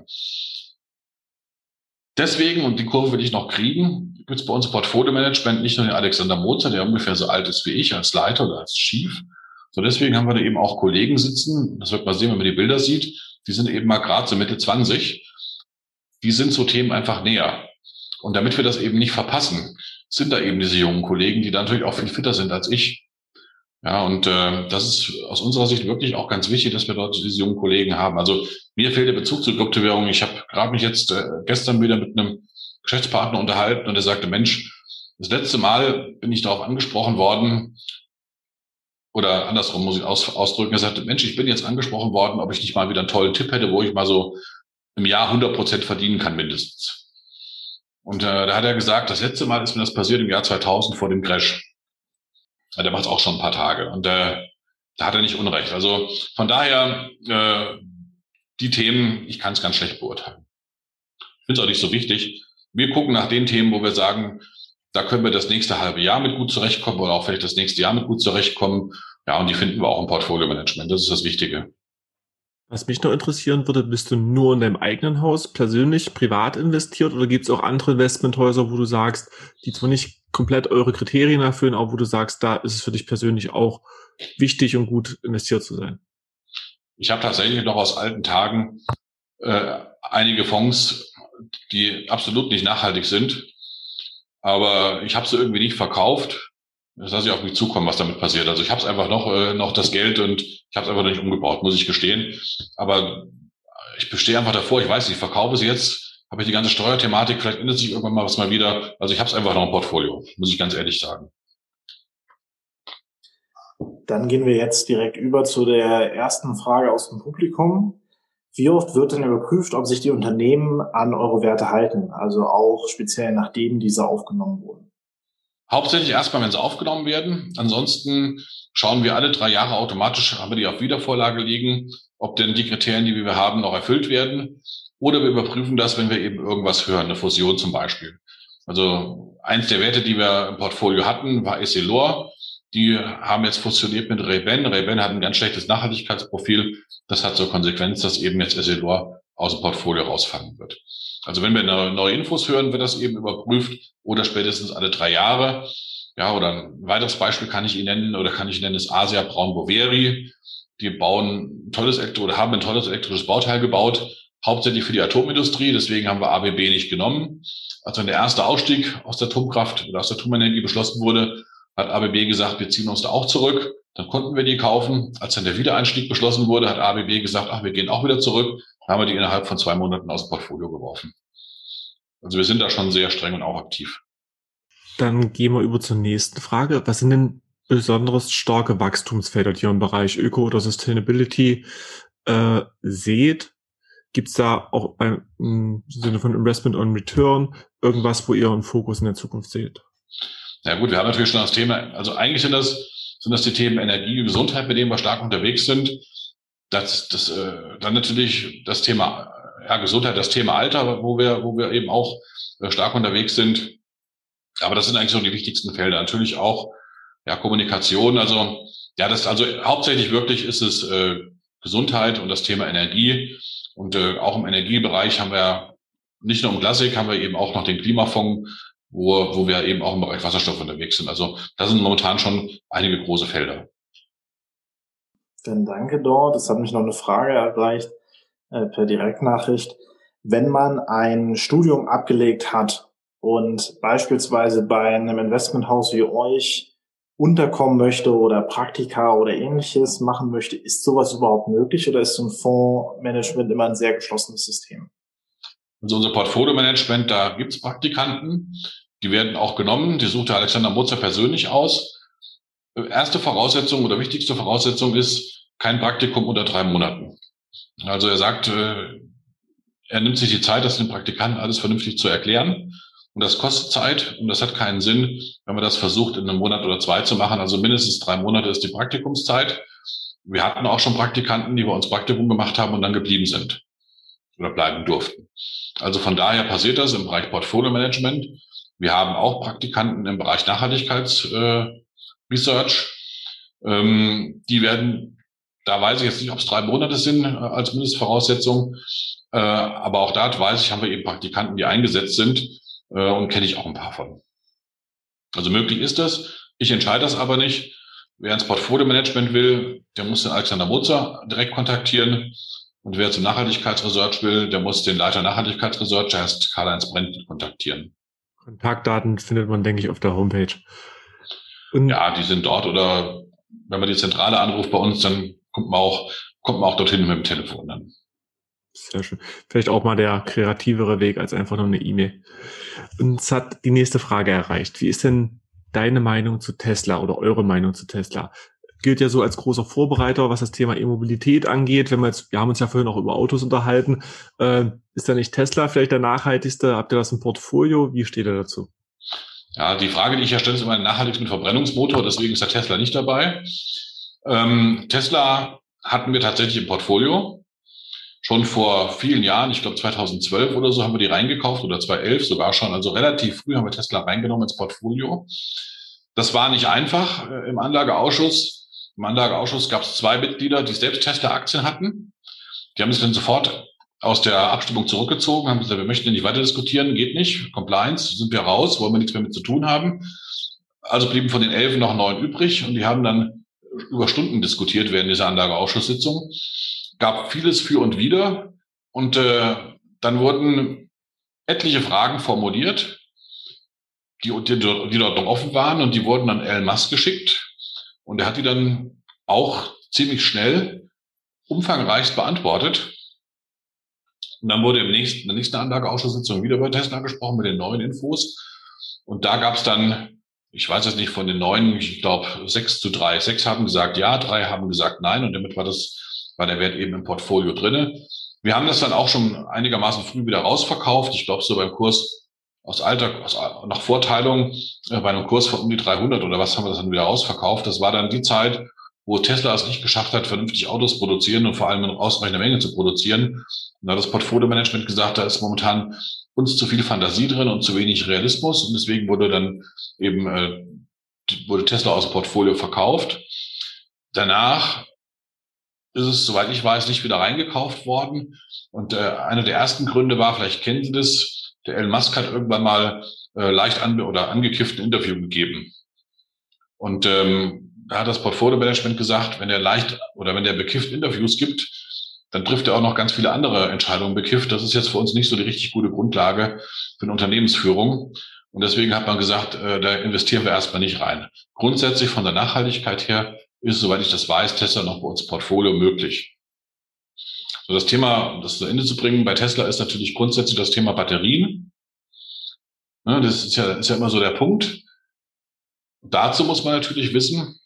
Deswegen, und die Kurve will ich noch kriegen, gibt es bei uns im Portfolio-Management nicht nur den Alexander Mozer, der ungefähr so alt ist wie ich als Leiter oder als Chief, so deswegen haben wir da eben auch Kollegen sitzen, das wird man sehen, wenn man die Bilder sieht, die sind eben mal gerade so Mitte zwanzig, die sind so Themen einfach näher. Und damit wir das eben nicht verpassen, sind da eben diese jungen Kollegen, die da natürlich auch viel fitter sind als ich. Ja, und äh, das ist aus unserer Sicht wirklich auch ganz wichtig, dass wir dort diese jungen Kollegen haben. Also mir fehlt der Bezug zur Kryptowährung. Ich habe gerade mich jetzt äh, gestern wieder mit einem Geschäftspartner unterhalten und er sagte, Mensch, das letzte Mal bin ich darauf angesprochen worden, oder andersrum muss ich aus, ausdrücken, er sagte, Mensch, ich bin jetzt angesprochen worden, ob ich nicht mal wieder einen tollen Tipp hätte, wo ich mal so im Jahr hundert Prozent verdienen kann mindestens. Und äh, da hat er gesagt, das letzte Mal ist mir das passiert im Jahr zweitausend vor dem Crash. Ja, der macht es auch schon ein paar Tage und äh, da hat er nicht Unrecht. Also von daher, äh, die Themen, ich kann es ganz schlecht beurteilen. Ich finde es auch nicht so wichtig. Wir gucken nach den Themen, wo wir sagen, Da können wir das nächste halbe Jahr mit gut zurechtkommen oder auch vielleicht das nächste Jahr mit gut zurechtkommen. Ja, und die finden wir auch im Portfolio-Management. Das ist das Wichtige. Was mich noch interessieren würde, bist du nur in deinem eigenen Haus persönlich, privat investiert oder gibt es auch andere Investmenthäuser, wo du sagst, die zwar nicht komplett eure Kriterien erfüllen, aber wo du sagst, da ist es für dich persönlich auch wichtig und gut investiert zu sein? Ich habe tatsächlich noch aus alten Tagen äh, einige Fonds, die absolut nicht nachhaltig sind, aber ich habe sie irgendwie nicht verkauft. Das lasse ich auf mich zukommen, was damit passiert. Also ich habe es einfach noch äh, noch das Geld und ich habe es einfach noch nicht umgebaut, muss ich gestehen. Aber ich bestehe einfach davor, ich weiß nicht, ich verkaufe es jetzt, habe ich die ganze Steuerthematik, vielleicht ändert sich irgendwann mal was mal wieder. Also ich habe es einfach noch im Portfolio, muss ich ganz ehrlich sagen. Dann gehen wir jetzt direkt über zu der ersten Frage aus dem Publikum. Wie oft wird denn überprüft, ob sich die Unternehmen an eure Werte halten, also auch speziell nachdem diese aufgenommen wurden? Hauptsächlich erstmal, wenn sie aufgenommen werden. Ansonsten schauen wir alle drei Jahre automatisch, haben wir die auf Wiedervorlage liegen, ob denn die Kriterien, die wir haben, noch erfüllt werden. Oder wir überprüfen das, wenn wir eben irgendwas hören, eine Fusion zum Beispiel. Also eins der Werte, die wir im Portfolio hatten, war Essilor. Die haben jetzt fusioniert mit Ray-Ban. Ray-Ban hat ein ganz schlechtes Nachhaltigkeitsprofil. Das hat zur Konsequenz, dass eben jetzt Essilor aus dem Portfolio rausfallen wird. Also wenn wir neue Infos hören, wird das eben überprüft oder spätestens alle drei Jahre. Ja, oder ein weiteres Beispiel kann ich Ihnen nennen oder kann ich nennen, ist Asia Braun Boveri. Die bauen ein tolles Elektro oder haben ein tolles elektrisches Bauteil gebaut, hauptsächlich für die Atomindustrie. Deswegen haben wir A B B nicht genommen. Als dann der erste Ausstieg aus der Atomkraft oder aus der Atomenergie beschlossen wurde, hat A B B gesagt, wir ziehen uns da auch zurück. Dann konnten wir die kaufen. Als dann der Wiedereinstieg beschlossen wurde, hat A B B gesagt, ach, wir gehen auch wieder zurück. Dann haben wir die innerhalb von zwei Monaten aus dem Portfolio geworfen. Also wir sind da schon sehr streng und auch aktiv. Dann gehen wir über zur nächsten Frage. Was sind denn besonders starke Wachstumsfelder, die ihr im Bereich Öko oder Sustainability äh, seht? Gibt es da auch ein, im Sinne von Investment on Return irgendwas, wo ihr einen Fokus in der Zukunft seht? Ja gut, wir haben natürlich schon das Thema, also eigentlich sind das, sind das die Themen Energie und Gesundheit, mit denen wir stark unterwegs sind. Das, das, äh, dann natürlich das Thema ja, Gesundheit, das Thema Alter, wo wir, wo wir eben auch äh, stark unterwegs sind. Aber das sind eigentlich so die wichtigsten Felder. Natürlich auch ja Kommunikation. Also ja, das also hauptsächlich wirklich ist es äh, Gesundheit und das Thema Energie. Und äh, auch im Energiebereich haben wir nicht nur im Klassik, haben wir eben auch noch den Klimafonds, wo, wo wir eben auch im Bereich Wasserstoff unterwegs sind. Also das sind momentan schon einige große Felder. Dann danke dort. Es hat mich noch eine Frage erreicht äh, per Direktnachricht. Wenn man ein Studium abgelegt hat und beispielsweise bei einem Investmenthaus wie euch unterkommen möchte oder Praktika oder ähnliches machen möchte, ist sowas überhaupt möglich oder ist so ein Fondsmanagement immer ein sehr geschlossenes System? Also unser Portfolio-Management, da gibt's Praktikanten, die werden auch genommen, die sucht der Alexander Mutzer persönlich aus. Erste Voraussetzung oder wichtigste Voraussetzung ist kein Praktikum unter drei Monaten. Also er sagt, er nimmt sich die Zeit, das den Praktikanten alles vernünftig zu erklären. Und das kostet Zeit und das hat keinen Sinn, wenn man das versucht, in einem Monat oder zwei zu machen. Also mindestens drei Monate ist die Praktikumszeit. Wir hatten auch schon Praktikanten, die bei uns Praktikum gemacht haben und dann geblieben sind oder bleiben durften. Also von daher passiert das im Bereich Portfolio Management. Wir haben auch Praktikanten im Bereich Nachhaltigkeitsresearch. Ähm, die werden, da weiß ich jetzt nicht, ob es drei Monate sind äh, als Mindestvoraussetzung. Äh, aber auch da weiß ich, haben wir eben Praktikanten, die eingesetzt sind. Und kenne ich auch ein paar von. Also möglich ist das. Ich entscheide das aber nicht. Wer ins Portfolio-Management will, der muss den Alexander Mutzer direkt kontaktieren. Und wer zum Nachhaltigkeitsresearch will, der muss den Leiter Nachhaltigkeitsresearch, der heißt Karl-Heinz Brent, kontaktieren. Kontaktdaten findet man, denke ich, auf der Homepage. Und ja, die sind dort. Oder wenn man die Zentrale anruft bei uns, dann kommt man auch, kommt man auch dorthin mit dem Telefon dann. Sehr schön. Vielleicht auch mal der kreativere Weg als einfach nur eine E-Mail. Uns hat die nächste Frage erreicht. Wie ist denn deine Meinung zu Tesla oder eure Meinung zu Tesla? Gilt ja so als großer Vorbereiter, was das Thema E-Mobilität angeht. Wenn wir jetzt, wir haben uns ja vorhin auch über Autos unterhalten. Äh, ist da nicht Tesla vielleicht der nachhaltigste? Habt ihr das im Portfolio? Wie steht ihr dazu? Ja, die Frage, die ich ja stelle, ist immer ein nachhaltig mit Verbrennungsmotor. Deswegen ist der Tesla nicht dabei. Ähm, Tesla hatten wir tatsächlich im Portfolio. schon vor vielen Jahren, ich glaube zweitausendzwölf oder so, haben wir die reingekauft oder zweitausendelf sogar schon. Also relativ früh haben wir Tesla reingenommen ins Portfolio. Das war nicht einfach äh, im Anlageausschuss. Im Anlageausschuss gab es zwei Mitglieder, die selbst Tesla-Aktien hatten. Die haben sich dann sofort aus der Abstimmung zurückgezogen, haben gesagt, wir möchten nicht weiter diskutieren, geht nicht. Compliance, sind wir raus, wollen wir nichts mehr mit zu tun haben. Also blieben von den elf noch neun übrig und die haben dann über Stunden diskutiert während dieser Anlageausschusssitzung. Gab vieles für und wider und äh, dann wurden etliche Fragen formuliert, die, die, die dort noch offen waren und die wurden an Elon Musk geschickt und er hat die dann auch ziemlich schnell umfangreich beantwortet. Und dann wurde im nächsten, in der nächsten Anlageausschusssitzung wieder über Tesla gesprochen mit den neuen Infos und da gab es dann, ich weiß jetzt nicht, von den neun, ich glaube sechs zu drei. Sechs haben gesagt ja, drei haben gesagt nein und damit war das, war der Wert eben im Portfolio drinne. Wir haben das dann auch schon einigermaßen früh wieder rausverkauft. Ich glaube so beim Kurs aus Alter, aus, nach Vorteilung, äh, bei einem Kurs von um die dreihundert oder was haben wir das dann wieder rausverkauft. Das war dann die Zeit, wo Tesla es nicht geschafft hat, vernünftig Autos produzieren und vor allem in ausreichender Menge zu produzieren. Und da hat das Portfolio-Management gesagt, da ist momentan uns zu viel Fantasie drin und zu wenig Realismus. Und deswegen wurde dann eben äh, wurde Tesla aus dem Portfolio verkauft. Danach ist es, soweit ich weiß, nicht wieder reingekauft worden. Und äh, einer der ersten Gründe war, vielleicht kennen Sie das, der Elon Musk hat irgendwann mal äh, leicht an oder angekifft ein Interview gegeben. Und ähm, da hat das Portfolio-Management gesagt, wenn er leicht oder wenn er bekifft Interviews gibt, dann trifft er auch noch ganz viele andere Entscheidungen bekifft. Das ist jetzt für uns nicht so die richtig gute Grundlage für eine Unternehmensführung. Und deswegen hat man gesagt, äh, da investieren wir erstmal nicht rein. Grundsätzlich von der Nachhaltigkeit her ist, soweit ich das weiß, Tesla noch bei uns Portfolio möglich. So, das Thema, um das zu Ende zu bringen, bei Tesla ist natürlich grundsätzlich das Thema Batterien. Ja, das ist ja, ist ja immer so der Punkt. Dazu muss man natürlich wissen,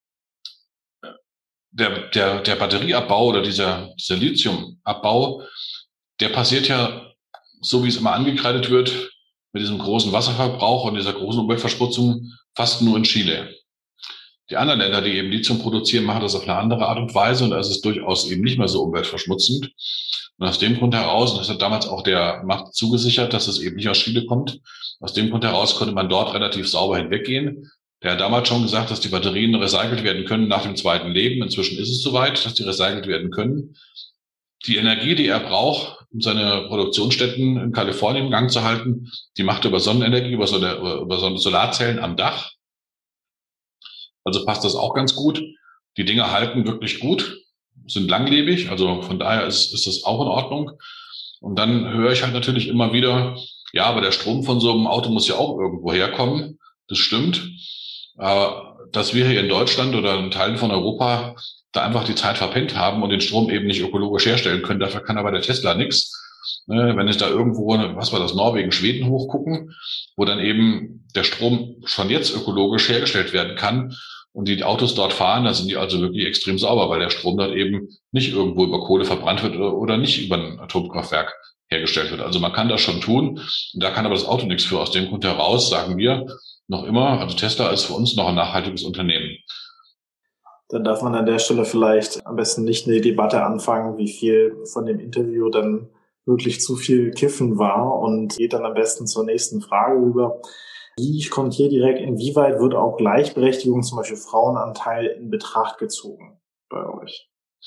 der, der, der Batterieabbau oder dieser, dieser Lithiumabbau, der passiert ja, so wie es immer angekreidet wird, mit diesem großen Wasserverbrauch und dieser großen Umweltverschmutzung fast nur in Chile. Die anderen Länder, die eben Lithium produzieren, machen das auf eine andere Art und Weise und da ist es durchaus eben nicht mehr so umweltverschmutzend. Und aus dem Grund heraus, und das hat damals auch der Markt zugesichert, dass es eben nicht aus Chile kommt, aus dem Grund heraus konnte man dort relativ sauber hinweggehen. Der hat damals schon gesagt, dass die Batterien recycelt werden können nach dem zweiten Leben. Inzwischen ist es soweit, dass die recycelt werden können. Die Energie, die er braucht, um seine Produktionsstätten in Kalifornien in Gang zu halten, die macht er über Sonnenenergie, über, über Solarzellen am Dach. Also passt das auch ganz gut. Die Dinger halten wirklich gut, sind langlebig, also von daher ist, ist das auch in Ordnung. Und dann höre ich halt natürlich immer wieder, ja, aber der Strom von so einem Auto muss ja auch irgendwo herkommen. Das stimmt. Dass wir hier in Deutschland oder in Teilen von Europa da einfach die Zeit verpennt haben und den Strom eben nicht ökologisch herstellen können, dafür kann aber der Tesla nichts. Wenn ich da irgendwo, was war das, Norwegen, Schweden hochgucken, wo dann eben der Strom schon jetzt ökologisch hergestellt werden kann und die Autos dort fahren, dann sind die also wirklich extrem sauber, weil der Strom dort eben nicht irgendwo über Kohle verbrannt wird oder nicht über ein Atomkraftwerk hergestellt wird. Also man kann das schon tun, und da kann aber das Auto nichts für. Aus dem Grund heraus sagen wir noch immer, also Tesla ist für uns noch ein nachhaltiges Unternehmen. Dann darf man an der Stelle vielleicht am besten nicht eine Debatte anfangen, wie viel von dem Interview dann wirklich zu viel Kiffen war, und geht dann am besten zur nächsten Frage über. Wie kommt hier direkt, inwieweit wird auch Gleichberechtigung, zum Beispiel Frauenanteil, in Betracht gezogen bei euch?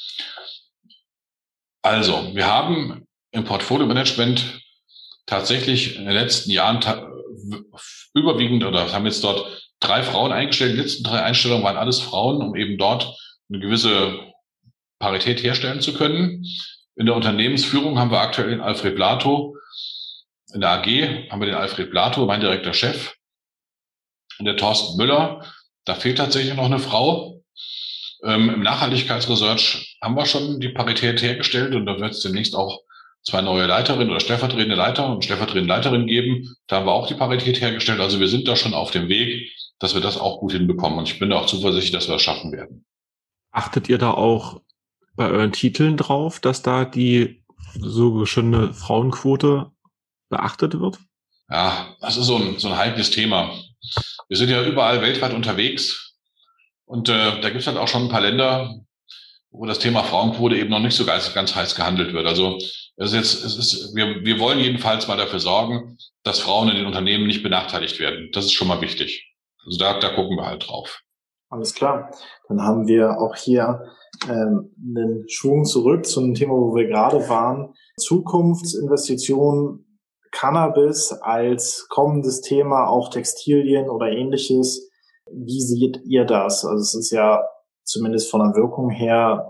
Also, wir haben im Portfolio-Management tatsächlich in den letzten Jahren ta- überwiegend, oder haben jetzt dort drei Frauen eingestellt. Die letzten drei Einstellungen waren alles Frauen, um eben dort eine gewisse Parität herstellen zu können. In der Unternehmensführung haben wir aktuell den Alfred Blato. In der A G haben wir den Alfred Blato, mein direkter Chef. Und der Thorsten Müller. Da fehlt tatsächlich noch eine Frau. Ähm, Im Nachhaltigkeitsresearch haben wir schon die Parität hergestellt, und da wird es demnächst auch zwei neue Leiterinnen oder stellvertretende Leiter und stellvertretende Leiterinnen geben. Da haben wir auch die Parität hergestellt. Also wir sind da schon auf dem Weg, dass wir das auch gut hinbekommen. Und ich bin da auch zuversichtlich, dass wir das schaffen werden. Achtet ihr da auch bei euren Titeln drauf, dass da die so schöne Frauenquote beachtet wird? Ja, das ist so ein, so ein heikles Thema. Wir sind ja überall weltweit unterwegs, und äh, da gibt es halt auch schon ein paar Länder, wo das Thema Frauenquote eben noch nicht so ganz, ganz heiß gehandelt wird. Also es ist jetzt, es ist, wir, wir wollen jedenfalls mal dafür sorgen, dass Frauen in den Unternehmen nicht benachteiligt werden. Das ist schon mal wichtig. Also da, da gucken wir halt drauf. Alles klar. Dann haben wir auch hier ähm, einen Schwung zurück zu einem Thema, wo wir gerade waren. Zukunftsinvestitionen, Cannabis als kommendes Thema, auch Textilien oder ähnliches. Wie seht ihr das? Also es ist ja zumindest von der Wirkung her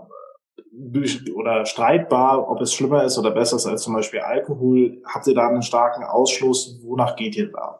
oder streitbar, ob es schlimmer ist oder besser ist als zum Beispiel Alkohol. Habt ihr da einen starken Ausschluss? Wonach geht ihr da?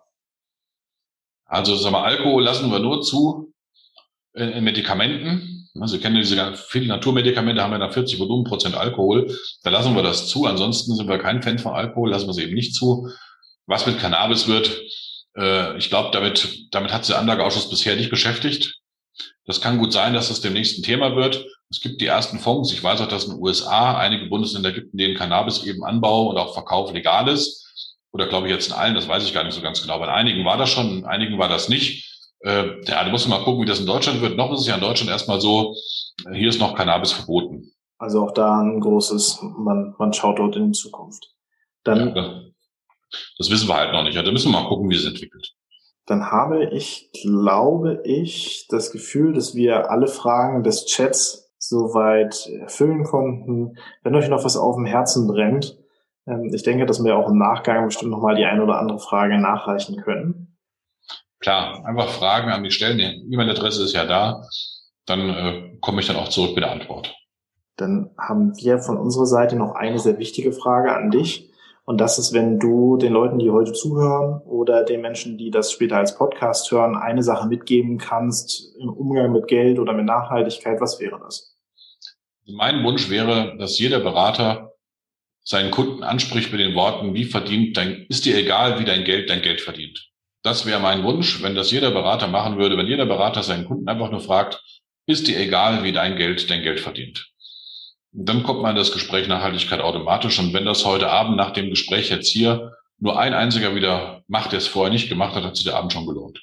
Also sagen wir, Alkohol lassen wir nur zu in, in Medikamenten. Also ihr kennt diese ganz viele Naturmedikamente, haben ja dann vierzig Volumenprozent Alkohol. Da lassen wir das zu. Ansonsten sind wir kein Fan von Alkohol, lassen wir es eben nicht zu. Was mit Cannabis wird, äh, ich glaube, damit, damit hat sich der Anlageausschuss bisher nicht beschäftigt. Das kann gut sein, dass das demnächst ein Thema wird. Es gibt die ersten Fonds. Ich weiß auch, dass es in den U S A einige Bundesländer gibt, in denen Cannabis eben Anbau und auch Verkauf legal ist. Oder glaube ich jetzt in allen, das weiß ich gar nicht so ganz genau. Bei einigen war das schon, in einigen war das nicht. Äh, ja, da muss man mal gucken, wie das in Deutschland wird. Noch ist es ja in Deutschland erstmal so, hier ist noch Cannabis verboten. Also auch da ein großes, man, man schaut dort in die Zukunft. Dann, ja, das, das wissen wir halt noch nicht. Ja, da müssen wir mal gucken, wie es entwickelt. Dann habe ich, glaube ich, das Gefühl, dass wir alle Fragen des Chats soweit erfüllen konnten. Wenn euch noch was auf dem Herzen brennt, ähm, ich denke, dass wir auch im Nachgang bestimmt nochmal die eine oder andere Frage nachreichen können. Klar, einfach Fragen an mich stellen. Die E-Mail-Adresse ist ja da. Dann äh, komme ich dann auch zurück mit der Antwort. Dann haben wir von unserer Seite noch eine sehr wichtige Frage an dich. Und das ist, wenn du den Leuten, die heute zuhören oder den Menschen, die das später als Podcast hören, eine Sache mitgeben kannst im Umgang mit Geld oder mit Nachhaltigkeit, was wäre das? Mein Wunsch wäre, dass jeder Berater seinen Kunden anspricht mit den Worten, wie verdient dein, ist dir egal, wie dein Geld dein Geld verdient. Das wäre mein Wunsch, wenn das jeder Berater machen würde, wenn jeder Berater seinen Kunden einfach nur fragt, ist dir egal, wie dein Geld dein Geld verdient. Dann kommt man in das Gespräch Nachhaltigkeit automatisch. Und wenn das heute Abend nach dem Gespräch jetzt hier nur ein einziger wieder macht, der es vorher nicht gemacht hat, hat sich der Abend schon gelohnt.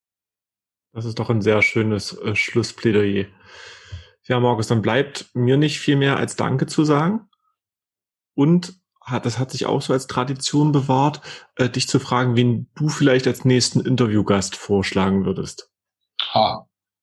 Das ist doch ein sehr schönes äh, Schlussplädoyer. Ja, Markus, dann bleibt mir nicht viel mehr als Danke zu sagen. Und hat, das hat sich auch so als Tradition bewahrt, äh, dich zu fragen, wen du vielleicht als nächsten Interviewgast vorschlagen würdest. Ha.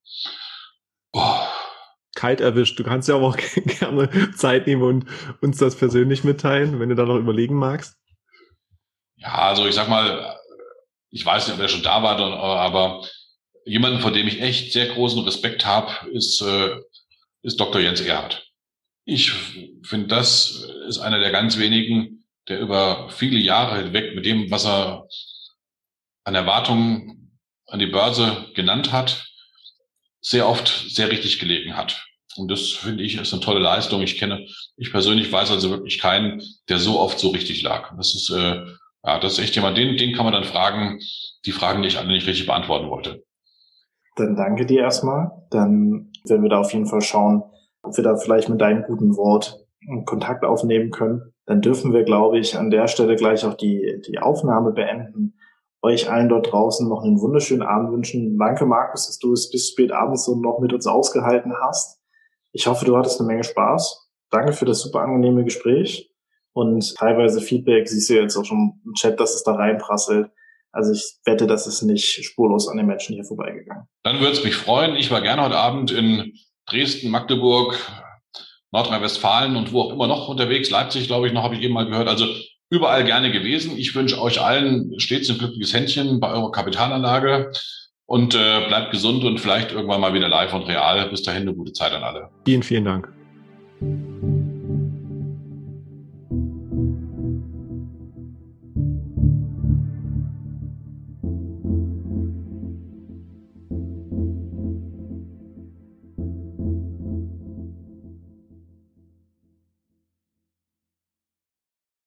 Oh. Kalt erwischt. Du kannst ja aber auch gerne Zeit nehmen und uns das persönlich mitteilen, wenn du da noch überlegen magst. Ja, also ich sag mal, ich weiß nicht, ob er schon da war, aber jemanden, vor dem ich echt sehr großen Respekt habe, ist, ist Doktor Jens Erhardt. Ich finde, das ist einer der ganz wenigen, der über viele Jahre hinweg mit dem, was er an Erwartungen an die Börse genannt hat, sehr oft sehr richtig gelegen hat. Und das, finde ich, ist eine tolle Leistung. Ich kenne, ich persönlich weiß also wirklich keinen, der so oft so richtig lag. Das ist, äh, ja, das ist echt jemand, den, den kann man dann fragen, die Fragen, die ich alle nicht richtig beantworten wollte. Dann danke dir erstmal. Dann werden wir da auf jeden Fall schauen, ob wir da vielleicht mit deinem guten Wort Kontakt aufnehmen können. Dann dürfen wir, glaube ich, an der Stelle gleich auch die, die Aufnahme beenden. Euch allen dort draußen noch einen wunderschönen Abend wünschen. Danke, Markus, dass du es bis spät abends und noch mit uns ausgehalten hast. Ich hoffe, du hattest eine Menge Spaß. Danke für das super angenehme Gespräch und teilweise Feedback. Siehst du jetzt auch schon im Chat, dass es da reinprasselt. Also ich wette, das ist nicht spurlos an den Menschen hier vorbeigegangen. Dann würde es mich freuen. Ich war gerne heute Abend in Dresden, Magdeburg, Nordrhein-Westfalen und wo auch immer noch unterwegs. Leipzig, glaube ich, noch, habe ich eben mal gehört. Also überall gerne gewesen. Ich wünsche euch allen stets ein glückliches Händchen bei eurer Kapitalanlage und äh, bleibt gesund und vielleicht irgendwann mal wieder live und real. Bis dahin eine gute Zeit an alle. Vielen, vielen Dank.